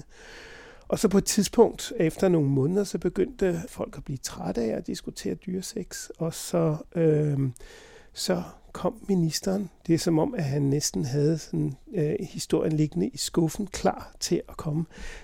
Og så på et tidspunkt, efter nogle måneder, så begyndte folk at blive trætte af at diskutere dyresex, og så, øh, så kom ministeren. Det er som om, at han næsten havde sådan, øh, historien liggende i skuffen, klar til at komme.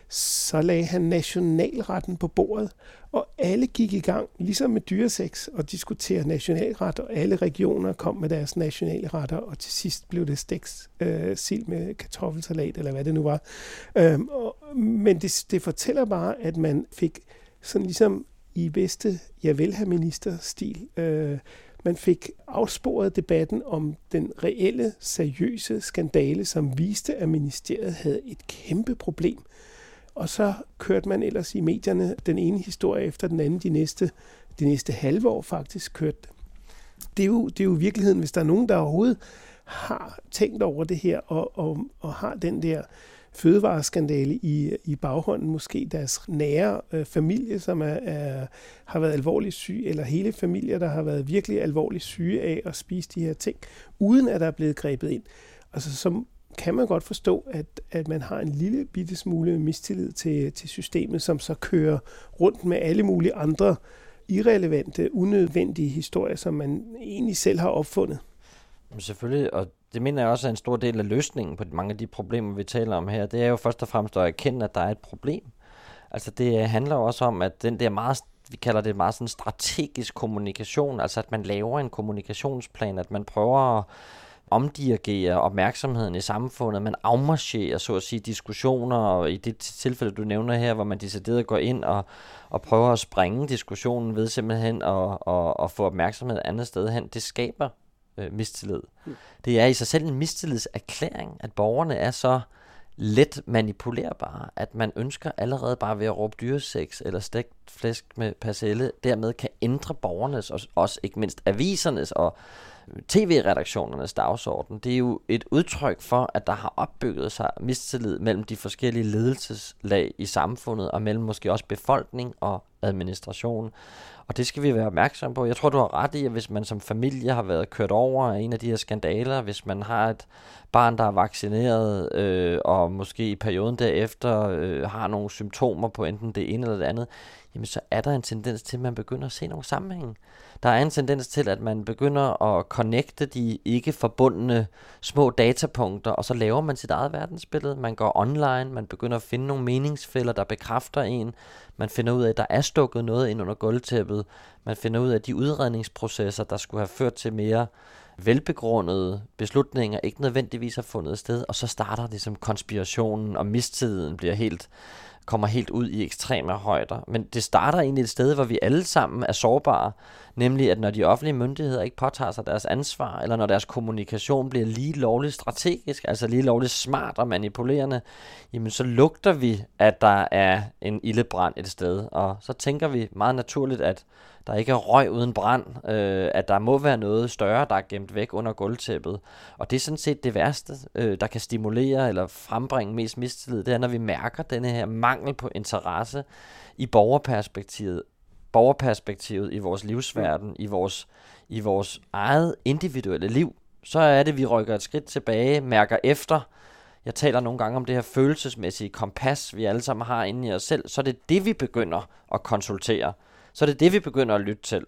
Så lagde han nationalretten på bordet, og alle gik i gang, ligesom med dyresex, og diskutere nationalret, og alle regioner kom med deres nationalretter, og til sidst blev det stegt øh, sild med kartoffelsalat, eller hvad det nu var. Øhm, og, men det, det fortæller bare, at man fik sådan ligesom i bedste, jeg vil have ministerstil, øh, man fik afsporet debatten om den reelle, seriøse skandale, som viste, at ministeriet havde et kæmpe problem. Og så kørte man ellers i medierne den ene historie efter den anden, de næste, de næste halve år faktisk kørte det. Det er jo, det er jo virkeligheden, hvis der er nogen, der overhovedet har tænkt over det her, og, og, og har den der fødevareskandale i, i baghånden, måske deres nære øh, familie, som er, er, har været alvorligt syg, eller hele familier, der har været virkelig alvorligt syge af at spise de her ting, uden at der er blevet grebet ind. Altså, så kan man godt forstå, at, at man har en lille bitte smule mistillid til, til systemet, som så kører rundt med alle mulige andre irrelevante, unødvendige historier, som man egentlig selv har opfundet. Selvfølgelig, og det mener jeg også er en stor del af løsningen på mange af de problemer, vi taler om her. Det er jo først og fremmest at erkende, at der er et problem. Altså det handler jo også om, at den der meget, vi kalder det meget sådan strategisk kommunikation, altså at man laver en kommunikationsplan, at man prøver at omdirigere opmærksomheden i samfundet, man afmarcherer, så at sige, diskussioner, og i det tilfælde, du nævner her, hvor man decideret går ind og, og prøver at springe diskussionen ved simpelthen at, at, at få opmærksomhed et andet sted hen, det skaber øh, mistillid. Mm. Det er i sig selv en mistillidserklæring, at borgerne er så let manipulerbare, at man ønsker allerede bare ved at råbe dyresex eller stegt flæsk med persille, dermed kan ændre borgernes, og også ikke mindst avisernes og tv-redaktionernes dagsorden. Det er jo et udtryk for, at der har opbygget sig mistillid mellem de forskellige ledelseslag i samfundet, og mellem måske også befolkning og administration. Og det skal vi være opmærksom på. Jeg tror, du har ret i, at hvis man som familie har været kørt over af en af de her skandaler, hvis man har et barn, der er vaccineret, øh, og måske i perioden derefter øh, har nogle symptomer på enten det ene eller det andet, jamen så er der en tendens til, at man begynder at se nogle sammenhænge. Der er en tendens til, at man begynder at connecte de ikke forbundne små datapunkter, og så laver man sit eget verdensbillede. Man går online, man begynder at finde nogle meningsfælder, der bekræfter en. Man finder ud af, at der er stukket noget ind under gulvtæppet. Man finder ud af, at de udredningsprocesser, der skulle have ført til mere velbegrundede beslutninger, ikke nødvendigvis har fundet sted, og så starter det som konspirationen, og mistilliden bliver helt kommer helt ud i ekstreme højder. Men det starter egentlig et sted, hvor vi alle sammen er sårbare, nemlig at når de offentlige myndigheder ikke påtager sig deres ansvar, eller når deres kommunikation bliver lige lovligt strategisk, altså lige lovligt smart og manipulerende, jamen så lugter vi, at der er en ildebrand et sted, og så tænker vi meget naturligt, at der ikke er røg uden brand, øh, at der må være noget større, der er gemt væk under gulvtæppet. Og det er sådan set det værste, øh, der kan stimulere eller frembringe mest mistillid, det er, når vi mærker denne her mangel på interesse i borgerperspektivet, borgerperspektivet i vores livsverden, i vores, i vores eget individuelle liv. Så er det, vi rykker et skridt tilbage, mærker efter. Jeg taler nogle gange om det her følelsesmæssige kompas, vi alle sammen har inde i os selv. Så er det det, vi begynder at konsultere. Så er det det, vi begynder at lytte til,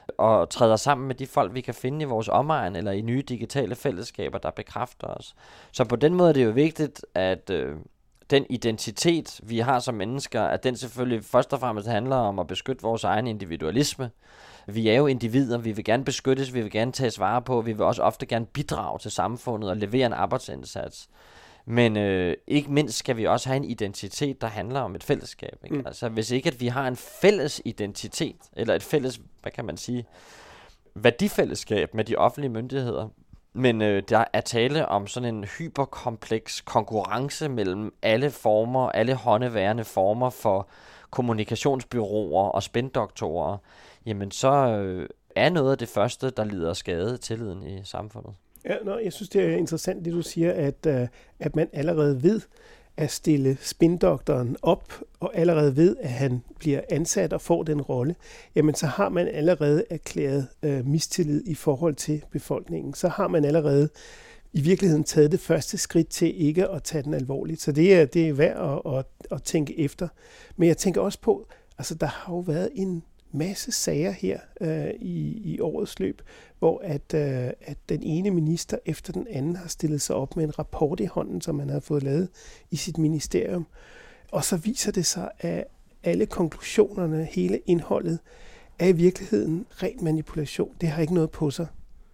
og træder sammen med de folk, vi kan finde i vores omegn, eller i nye digitale fællesskaber, der bekræfter os. Så på den måde er det jo vigtigt, at øh, den identitet, vi har som mennesker, at den selvfølgelig først og fremmest handler om at beskytte vores egen individualisme. Vi er jo individer, vi vil gerne beskyttes, vi vil gerne tages vare på, vi vil også ofte gerne bidrage til samfundet og levere en arbejdsindsats. Men øh, ikke mindst skal vi også have en identitet, der handler om et fællesskab. Ikke? Mm. Altså hvis ikke at vi har en fælles identitet, eller et fælles, hvad kan man sige, værdifællesskab med de offentlige myndigheder, men øh, der er tale om sådan en hyperkompleks konkurrence mellem alle former, alle håndeværende former for kommunikationsbyråer og spindoktorer, jamen så øh, er noget af det første, der lider skade tilliden i samfundet. Ja, no, jeg synes, det er interessant, det du siger, at, uh, at man allerede ved, at stille spindoktoren op, og allerede ved, at han bliver ansat og får den rolle, jamen så har man allerede erklæret øh, mistillid i forhold til befolkningen. Så har man allerede i virkeligheden taget det første skridt til ikke at tage den alvorligt. Så det er, det er værd at, at, at tænke efter. Men jeg tænker også på, altså der har jo været en masse sager her øh, i, i årets løb, hvor at, øh, at den ene minister efter den anden har stillet sig op med en rapport i hånden, som man har fået lavet i sit ministerium. Og så viser det sig, at alle konklusionerne, hele indholdet, er i virkeligheden ren manipulation. Det har ikke noget på sig.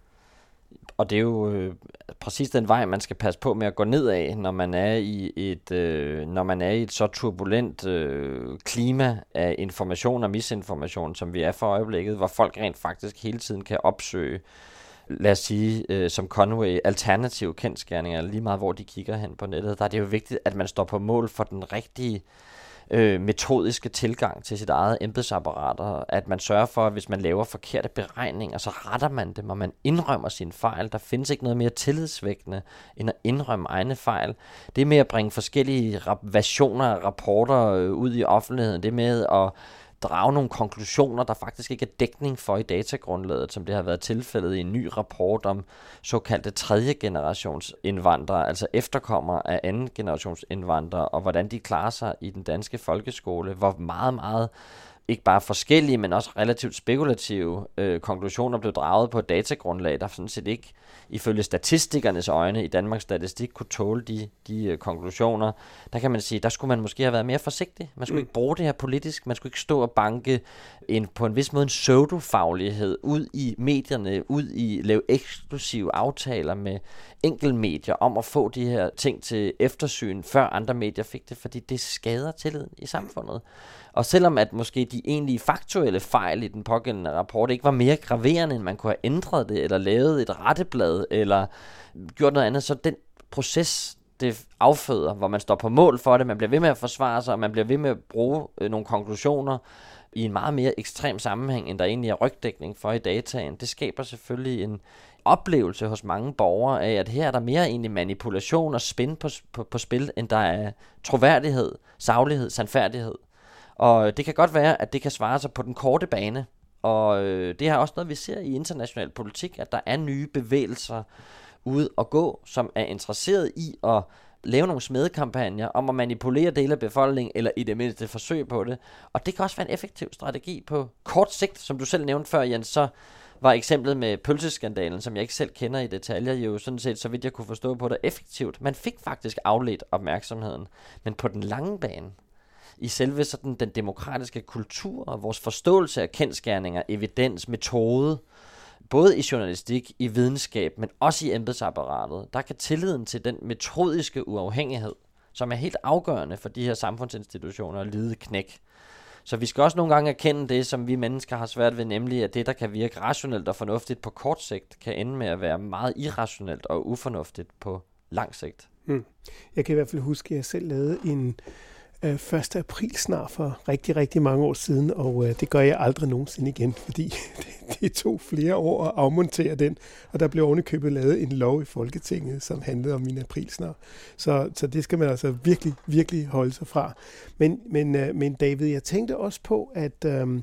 Og det er jo øh, præcis den vej, man skal passe på med at gå ned af, når man er i et, øh, når man er i et så turbulent øh, klima af information og misinformation, som vi er for øjeblikket, hvor folk rent faktisk hele tiden kan opsøge, lad os sige, øh, som Conway, alternative kendsgerninger, lige meget hvor de kigger hen på nettet. Der er det jo vigtigt, at man står på mål for den rigtige Øh, metodiske tilgang til sit eget embedsapparat, og at man sørger for, at hvis man laver forkerte beregninger, så retter man dem, og man indrømmer sine fejl. Der findes ikke noget mere tillidsvækkende, end at indrømme egne fejl. Det er med at bringe forskellige rap- versioner af rapporter øh, ud i offentligheden. Det er med at drage nogle konklusioner, der faktisk ikke er dækning for i datagrundlaget, som det har været tilfældet i en ny rapport om såkaldte tredje generations indvandrere, altså efterkommere af anden generations indvandrere, og hvordan de klarer sig i den danske folkeskole, hvor meget, meget ikke bare forskellige, men også relativt spekulative øh, konklusioner blev draget på et datagrundlag, der sådan set ikke ifølge statistikernes øjne i Danmarks Statistik kunne tåle de, de øh, konklusioner. Der kan man sige, der skulle man måske have været mere forsigtig. Man skulle mm. ikke bruge det her politisk. Man skulle ikke stå og banke en, på en vis måde en pseudofaglighed ud i medierne, ud i lave eksklusive aftaler med enkeltmedier om at få de her ting til eftersyn, før andre medier fik det, fordi det skader tilliden i samfundet. Og selvom at måske de egentlige faktuelle fejl i den pågældende rapport ikke var mere graverende, end man kunne have ændret det, eller lavet et retteblad, eller gjort noget andet, så den proces, det afføder, hvor man står på mål for det, man bliver ved med at forsvare sig, og man bliver ved med at bruge øh, nogle konklusioner i en meget mere ekstrem sammenhæng, end der egentlig er rygdækning for i dataen, det skaber selvfølgelig en oplevelse hos mange borgere af, at her er der mere egentlig manipulation og spin på, på, på spil, end der er troværdighed, saglighed, sandfærdighed. Og det kan godt være, at det kan svare sig på den korte bane, og øh, det er også noget, vi ser i international politik, at der er nye bevægelser ude at gå, som er interesseret i at lave nogle smedekampagner om at manipulere dele af befolkningen, eller i det mindste forsøg på det. Og det kan også være en effektiv strategi på kort sigt, som du selv nævnte før, Jens, så var eksemplet med pølseskandalen, som jeg ikke selv kender i detaljer, jo sådan set, så vidt jeg kunne forstå på det, effektivt. Man fik faktisk afledt opmærksomheden, men på den lange bane, i selve sådan den demokratiske kultur og vores forståelse af kendsgerninger, evidens, metode, både i journalistik, i videnskab, men også i embedsapparatet, der kan tilliden til den metodiske uafhængighed, som er helt afgørende for de her samfundsinstitutioner, lide knæk. Så vi skal også nogle gange erkende det, som vi mennesker har svært ved, nemlig at det, der kan virke rationelt og fornuftigt på kort sigt, kan ende med at være meget irrationelt og ufornuftigt på lang sigt. Hmm. Jeg kan i hvert fald huske, at jeg selv lavede en første april snart for rigtig, rigtig mange år siden, og øh, det gør jeg aldrig nogensinde igen, fordi det, det tog flere år at afmontere den, og der blev ovenikøbet lavet en lov i Folketinget, som handlede om min aprilsnar. Så, så det skal man altså virkelig, virkelig holde sig fra. Men, men, øh, men David, jeg tænkte også på, at øh,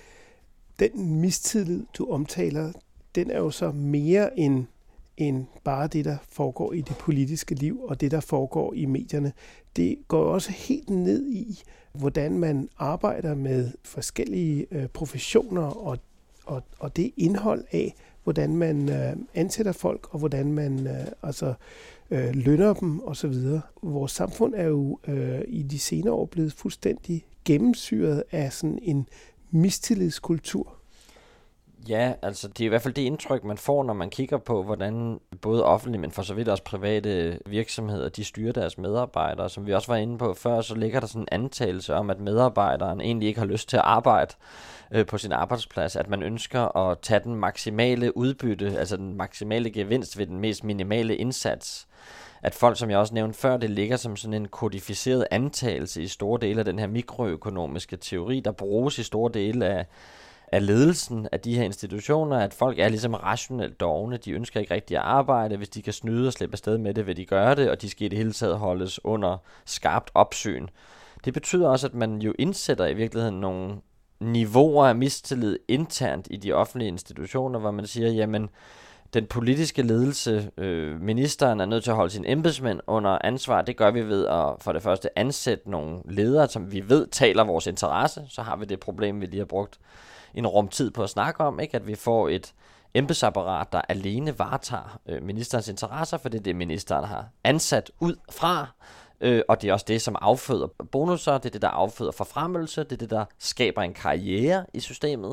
den mistillid, du omtaler, den er jo så mere end end bare det, der foregår i det politiske liv, og det, der foregår i medierne. Det går også helt ned i, hvordan man arbejder med forskellige øh, professioner, og, og, og det indhold af, hvordan man øh, ansætter folk, og hvordan man øh, altså, øh, lønner dem, osv. Vores samfund er jo øh, i de senere år blevet fuldstændig gennemsyret af sådan en mistillidskultur. Ja, altså det er i hvert fald det indtryk, man får, når man kigger på, hvordan både offentlige, men for så vidt også private virksomheder, de styrer deres medarbejdere. Som vi også var inde på før, så ligger der sådan en antagelse om, at medarbejderen egentlig ikke har lyst til at arbejde øh, på sin arbejdsplads, at man ønsker at tage den maksimale udbytte, altså den maksimale gevinst ved den mest minimale indsats. At folk, som jeg også nævnte før, det ligger som sådan en kodificeret antagelse i store dele af den her mikroøkonomiske teori, der bruges i store dele af af ledelsen af de her institutioner, at folk er ligesom rationelt dovne. De ønsker ikke rigtig at arbejde. Hvis de kan snyde og slippe afsted med det, vil de gøre det, og de skal i det hele taget holdes under skarpt opsyn. Det betyder også, at man jo indsætter i virkeligheden nogle niveauer af mistillid internt i de offentlige institutioner, hvor man siger, jamen, den politiske ledelse, øh, ministeren er nødt til at holde sine embedsmænd under ansvar. Det gør vi ved at for det første ansætte nogle ledere, som vi ved taler vores interesse. Så har vi det problem, vi lige har brugt en rum tid på at snakke om, ikke? At vi får et embedsapparat, der alene varetager øh, ministerens interesser, for det er det, ministeren har ansat ud fra. Øh, og det er også det, som afføder bonusser, det er det, der afføder forfremmelse, det er det, der skaber en karriere i systemet.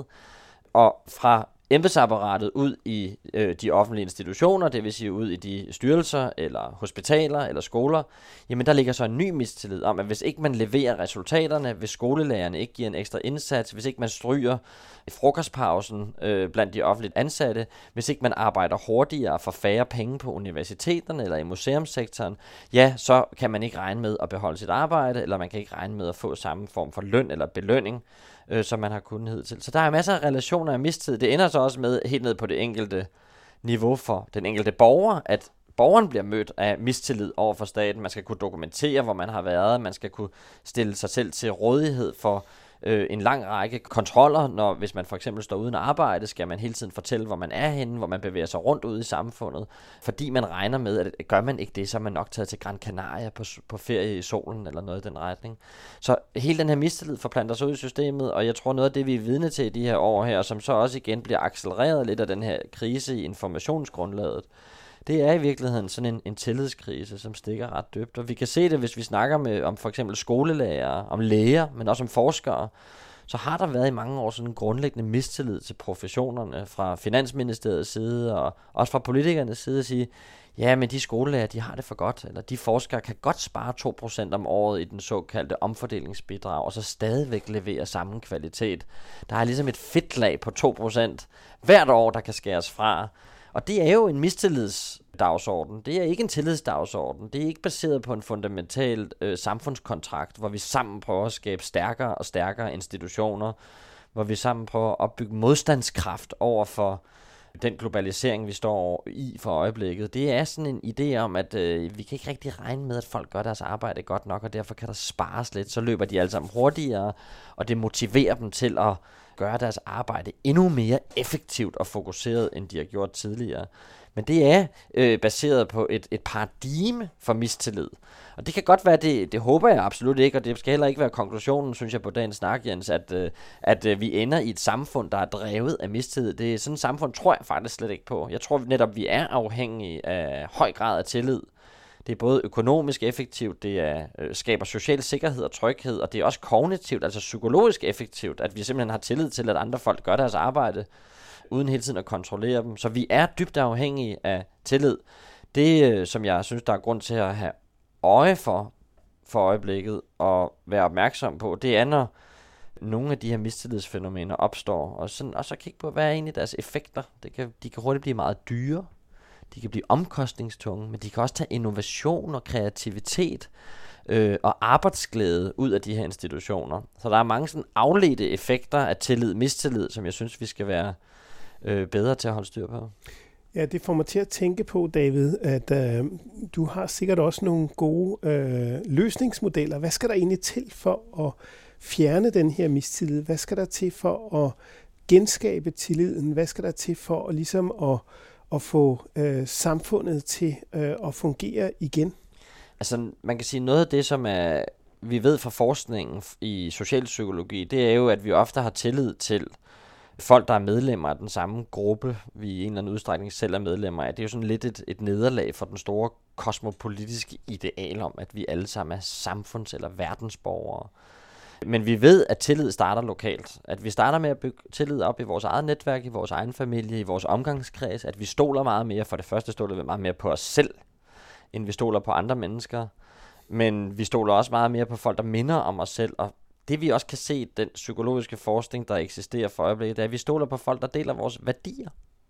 Og fra embedsapparatet ud i øh, de offentlige institutioner, det vil sige ud i de styrelser, eller hospitaler, eller skoler, jamen der ligger så en ny mistillid om, at hvis ikke man leverer resultaterne, hvis skolelærerne ikke giver en ekstra indsats, hvis ikke man stryger frokostpausen øh, blandt de offentligt ansatte, hvis ikke man arbejder hurtigere for færre penge på universiteterne eller i museumssektoren, ja, så kan man ikke regne med at beholde sit arbejde, eller man kan ikke regne med at få samme form for løn eller belønning, øh, som man har kunnet hidtil. Så der er masser af relationer af mistillid. Det ender så også med helt ned på det enkelte niveau for den enkelte borger, at borgeren bliver mødt af mistillid over for staten. Man skal kunne dokumentere, hvor man har været. Man skal kunne stille sig selv til rådighed for øh, en lang række kontroller. Når, hvis man for eksempel står uden arbejde, skal man hele tiden fortælle, hvor man er henne, hvor man bevæger sig rundt ude i samfundet. Fordi man regner med, at gør man ikke det, så er man nok taget til Gran Canaria på, på ferie i solen eller noget i den retning. Så hele den her mistillid forplanter sig ud i systemet, og jeg tror noget af det, vi er vidne til i de her år her, som så også igen bliver accelereret lidt af den her krise i informationsgrundlaget, det er i virkeligheden sådan en, en tillidskrise, som stikker ret dybt. Og vi kan se det, hvis vi snakker med, om for eksempel skolelærere, om læger, men også om forskere, så har der været i mange år sådan en grundlæggende mistillid til professionerne fra Finansministeriets side, og også fra politikernes side at sige, ja, men de skolelærer, de har det for godt, eller de forskere kan godt spare to procent om året i den såkaldte omfordelingsbidrag, og så stadigvæk levere samme kvalitet. Der er ligesom et fedtlag på to procent hvert år, der kan skæres fra. Og det er jo en mistillidsdagsorden. Det er ikke en tillidsdagsorden. Det er ikke baseret på en fundamental øh, samfundskontrakt, hvor vi sammen prøver at skabe stærkere og stærkere institutioner, hvor vi sammen prøver at opbygge modstandskraft over for den globalisering, vi står i for øjeblikket. Det er sådan en idé om, at øh, vi kan ikke rigtig regne med, at folk gør deres arbejde godt nok, og derfor kan der spares lidt. Så løber de alle sammen hurtigere, og det motiverer dem til at gøre deres arbejde endnu mere effektivt og fokuseret, end de har gjort tidligere. Men det er øh, baseret på et, et paradigme for mistillid. Og det kan godt være, det, det håber jeg absolut ikke, og det skal heller ikke være konklusionen, synes jeg, på dagens snak, Jens, at, øh, at øh, vi ender i et samfund, der er drevet af mistillid. Det er sådan et samfund, tror jeg faktisk slet ikke på. Jeg tror netop, vi er afhængige af høj grad af tillid. Det er både økonomisk effektivt, det er, øh, skaber social sikkerhed og tryghed, og det er også kognitivt, altså psykologisk effektivt, at vi simpelthen har tillid til, at andre folk gør deres arbejde, uden hele tiden at kontrollere dem. Så vi er dybt afhængige af tillid. Det, øh, som jeg synes, der er grund til at have øje for, for øjeblikket, og være opmærksom på, det er, når nogle af de her mistillidsfænomener opstår, og, sådan, og så kigge på, hvad er egentlig deres effekter. Det kan, de kan hurtigt blive meget dyre. De kan blive omkostningstunge, men de kan også tage innovation og kreativitet øh, og arbejdsglæde ud af de her institutioner. Så der er mange sådan afledte effekter af tillid, mistillid, som jeg synes, vi skal være øh, bedre til at holde styr på. Ja, det får mig til at tænke på, David, at øh, du har sikkert også nogle gode øh, løsningsmodeller. Hvad skal der egentlig til for at fjerne den her mistillid? Hvad skal der til for at genskabe tilliden? Hvad skal der til for at ligesom at at få øh, samfundet til øh, at fungere igen? Altså, man kan sige, noget af det, som er, vi ved fra forskningen i socialpsykologi, det er jo, at vi ofte har tillid til folk, der er medlemmer af den samme gruppe, vi i en eller anden udstrækning selv er medlemmer af. Det er jo sådan lidt et, et nederlag for den store kosmopolitiske ideal om, at vi alle sammen er samfunds- eller verdensborgere. Men vi ved, at tillid starter lokalt. At vi starter med at bygge tillid op i vores eget netværk, i vores egen familie, i vores omgangskreds. At vi stoler meget mere. For det første stoler vi meget mere på os selv, end vi stoler på andre mennesker. Men vi stoler også meget mere på folk, der minder om os selv. Og det vi også kan se i den psykologiske forskning, der eksisterer for øjeblikket, det er, at vi stoler på folk, der deler vores værdier.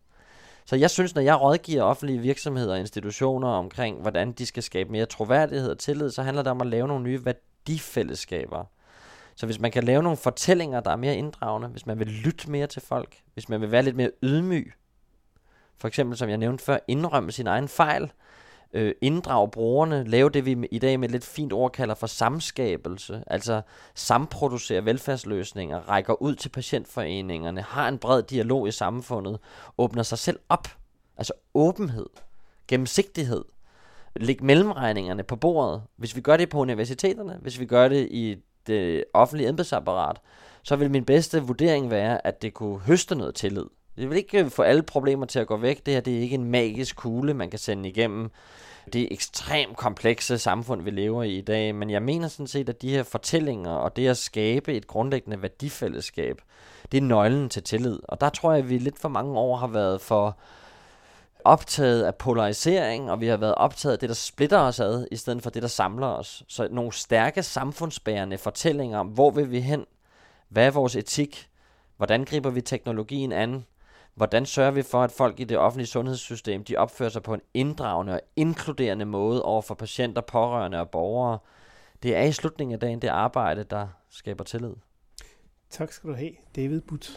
Så jeg synes, når jeg rådgiver offentlige virksomheder og institutioner omkring, hvordan de skal skabe mere troværdighed og tillid, så handler det om at lave nogle nye værdifællesskaber. Så hvis man kan lave nogle fortællinger, der er mere inddragende, hvis man vil lytte mere til folk, hvis man vil være lidt mere ydmyg, for eksempel som jeg nævnte før, indrømme sin egen fejl, øh, inddrage brugerne, lave det vi i dag med et lidt fint ord kalder for samskabelse, altså samproducere velfærdsløsninger, rækker ud til patientforeningerne, har en bred dialog i samfundet, åbner sig selv op, altså åbenhed, gennemsigtighed, læg mellemregningerne på bordet. Hvis vi gør det på universiteterne, hvis vi gør det i det offentlige embedsapparat, så vil min bedste vurdering være, at det kunne høste noget tillid. Det vil ikke få alle problemer til at gå væk. Det her det er ikke en magisk kugle, man kan sende igennem det ekstremt komplekse samfund, vi lever i i dag. Men jeg mener sådan set, at de her fortællinger og det at skabe et grundlæggende værdifællesskab, det er nøglen til tillid. Og der tror jeg, at vi lidt for mange år har været for optaget af polarisering, og vi har været optaget af det, der splitter os ad, i stedet for det, der samler os. Så nogle stærke samfundsbærende fortællinger om, hvor vil vi hen? Hvad er vores etik? Hvordan griber vi teknologien an? Hvordan sørger vi for, at folk i det offentlige sundhedssystem, de opfører sig på en inddragende og inkluderende måde over for patienter, pårørende og borgere? Det er i slutningen af dagen det arbejde, der skaber tillid. Tak skal du have, David Butz.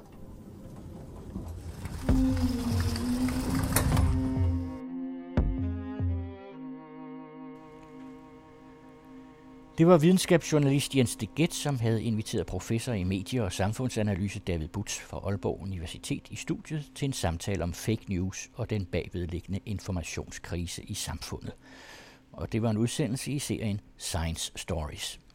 Det var videnskabsjournalist Jens Deget, som havde inviteret professor i medie- og samfundsanalyse David Butz fra Aalborg Universitet i studiet til en samtale om fake news og den bagvedliggende informationskrise i samfundet. Og det var en udsendelse i serien Science Stories.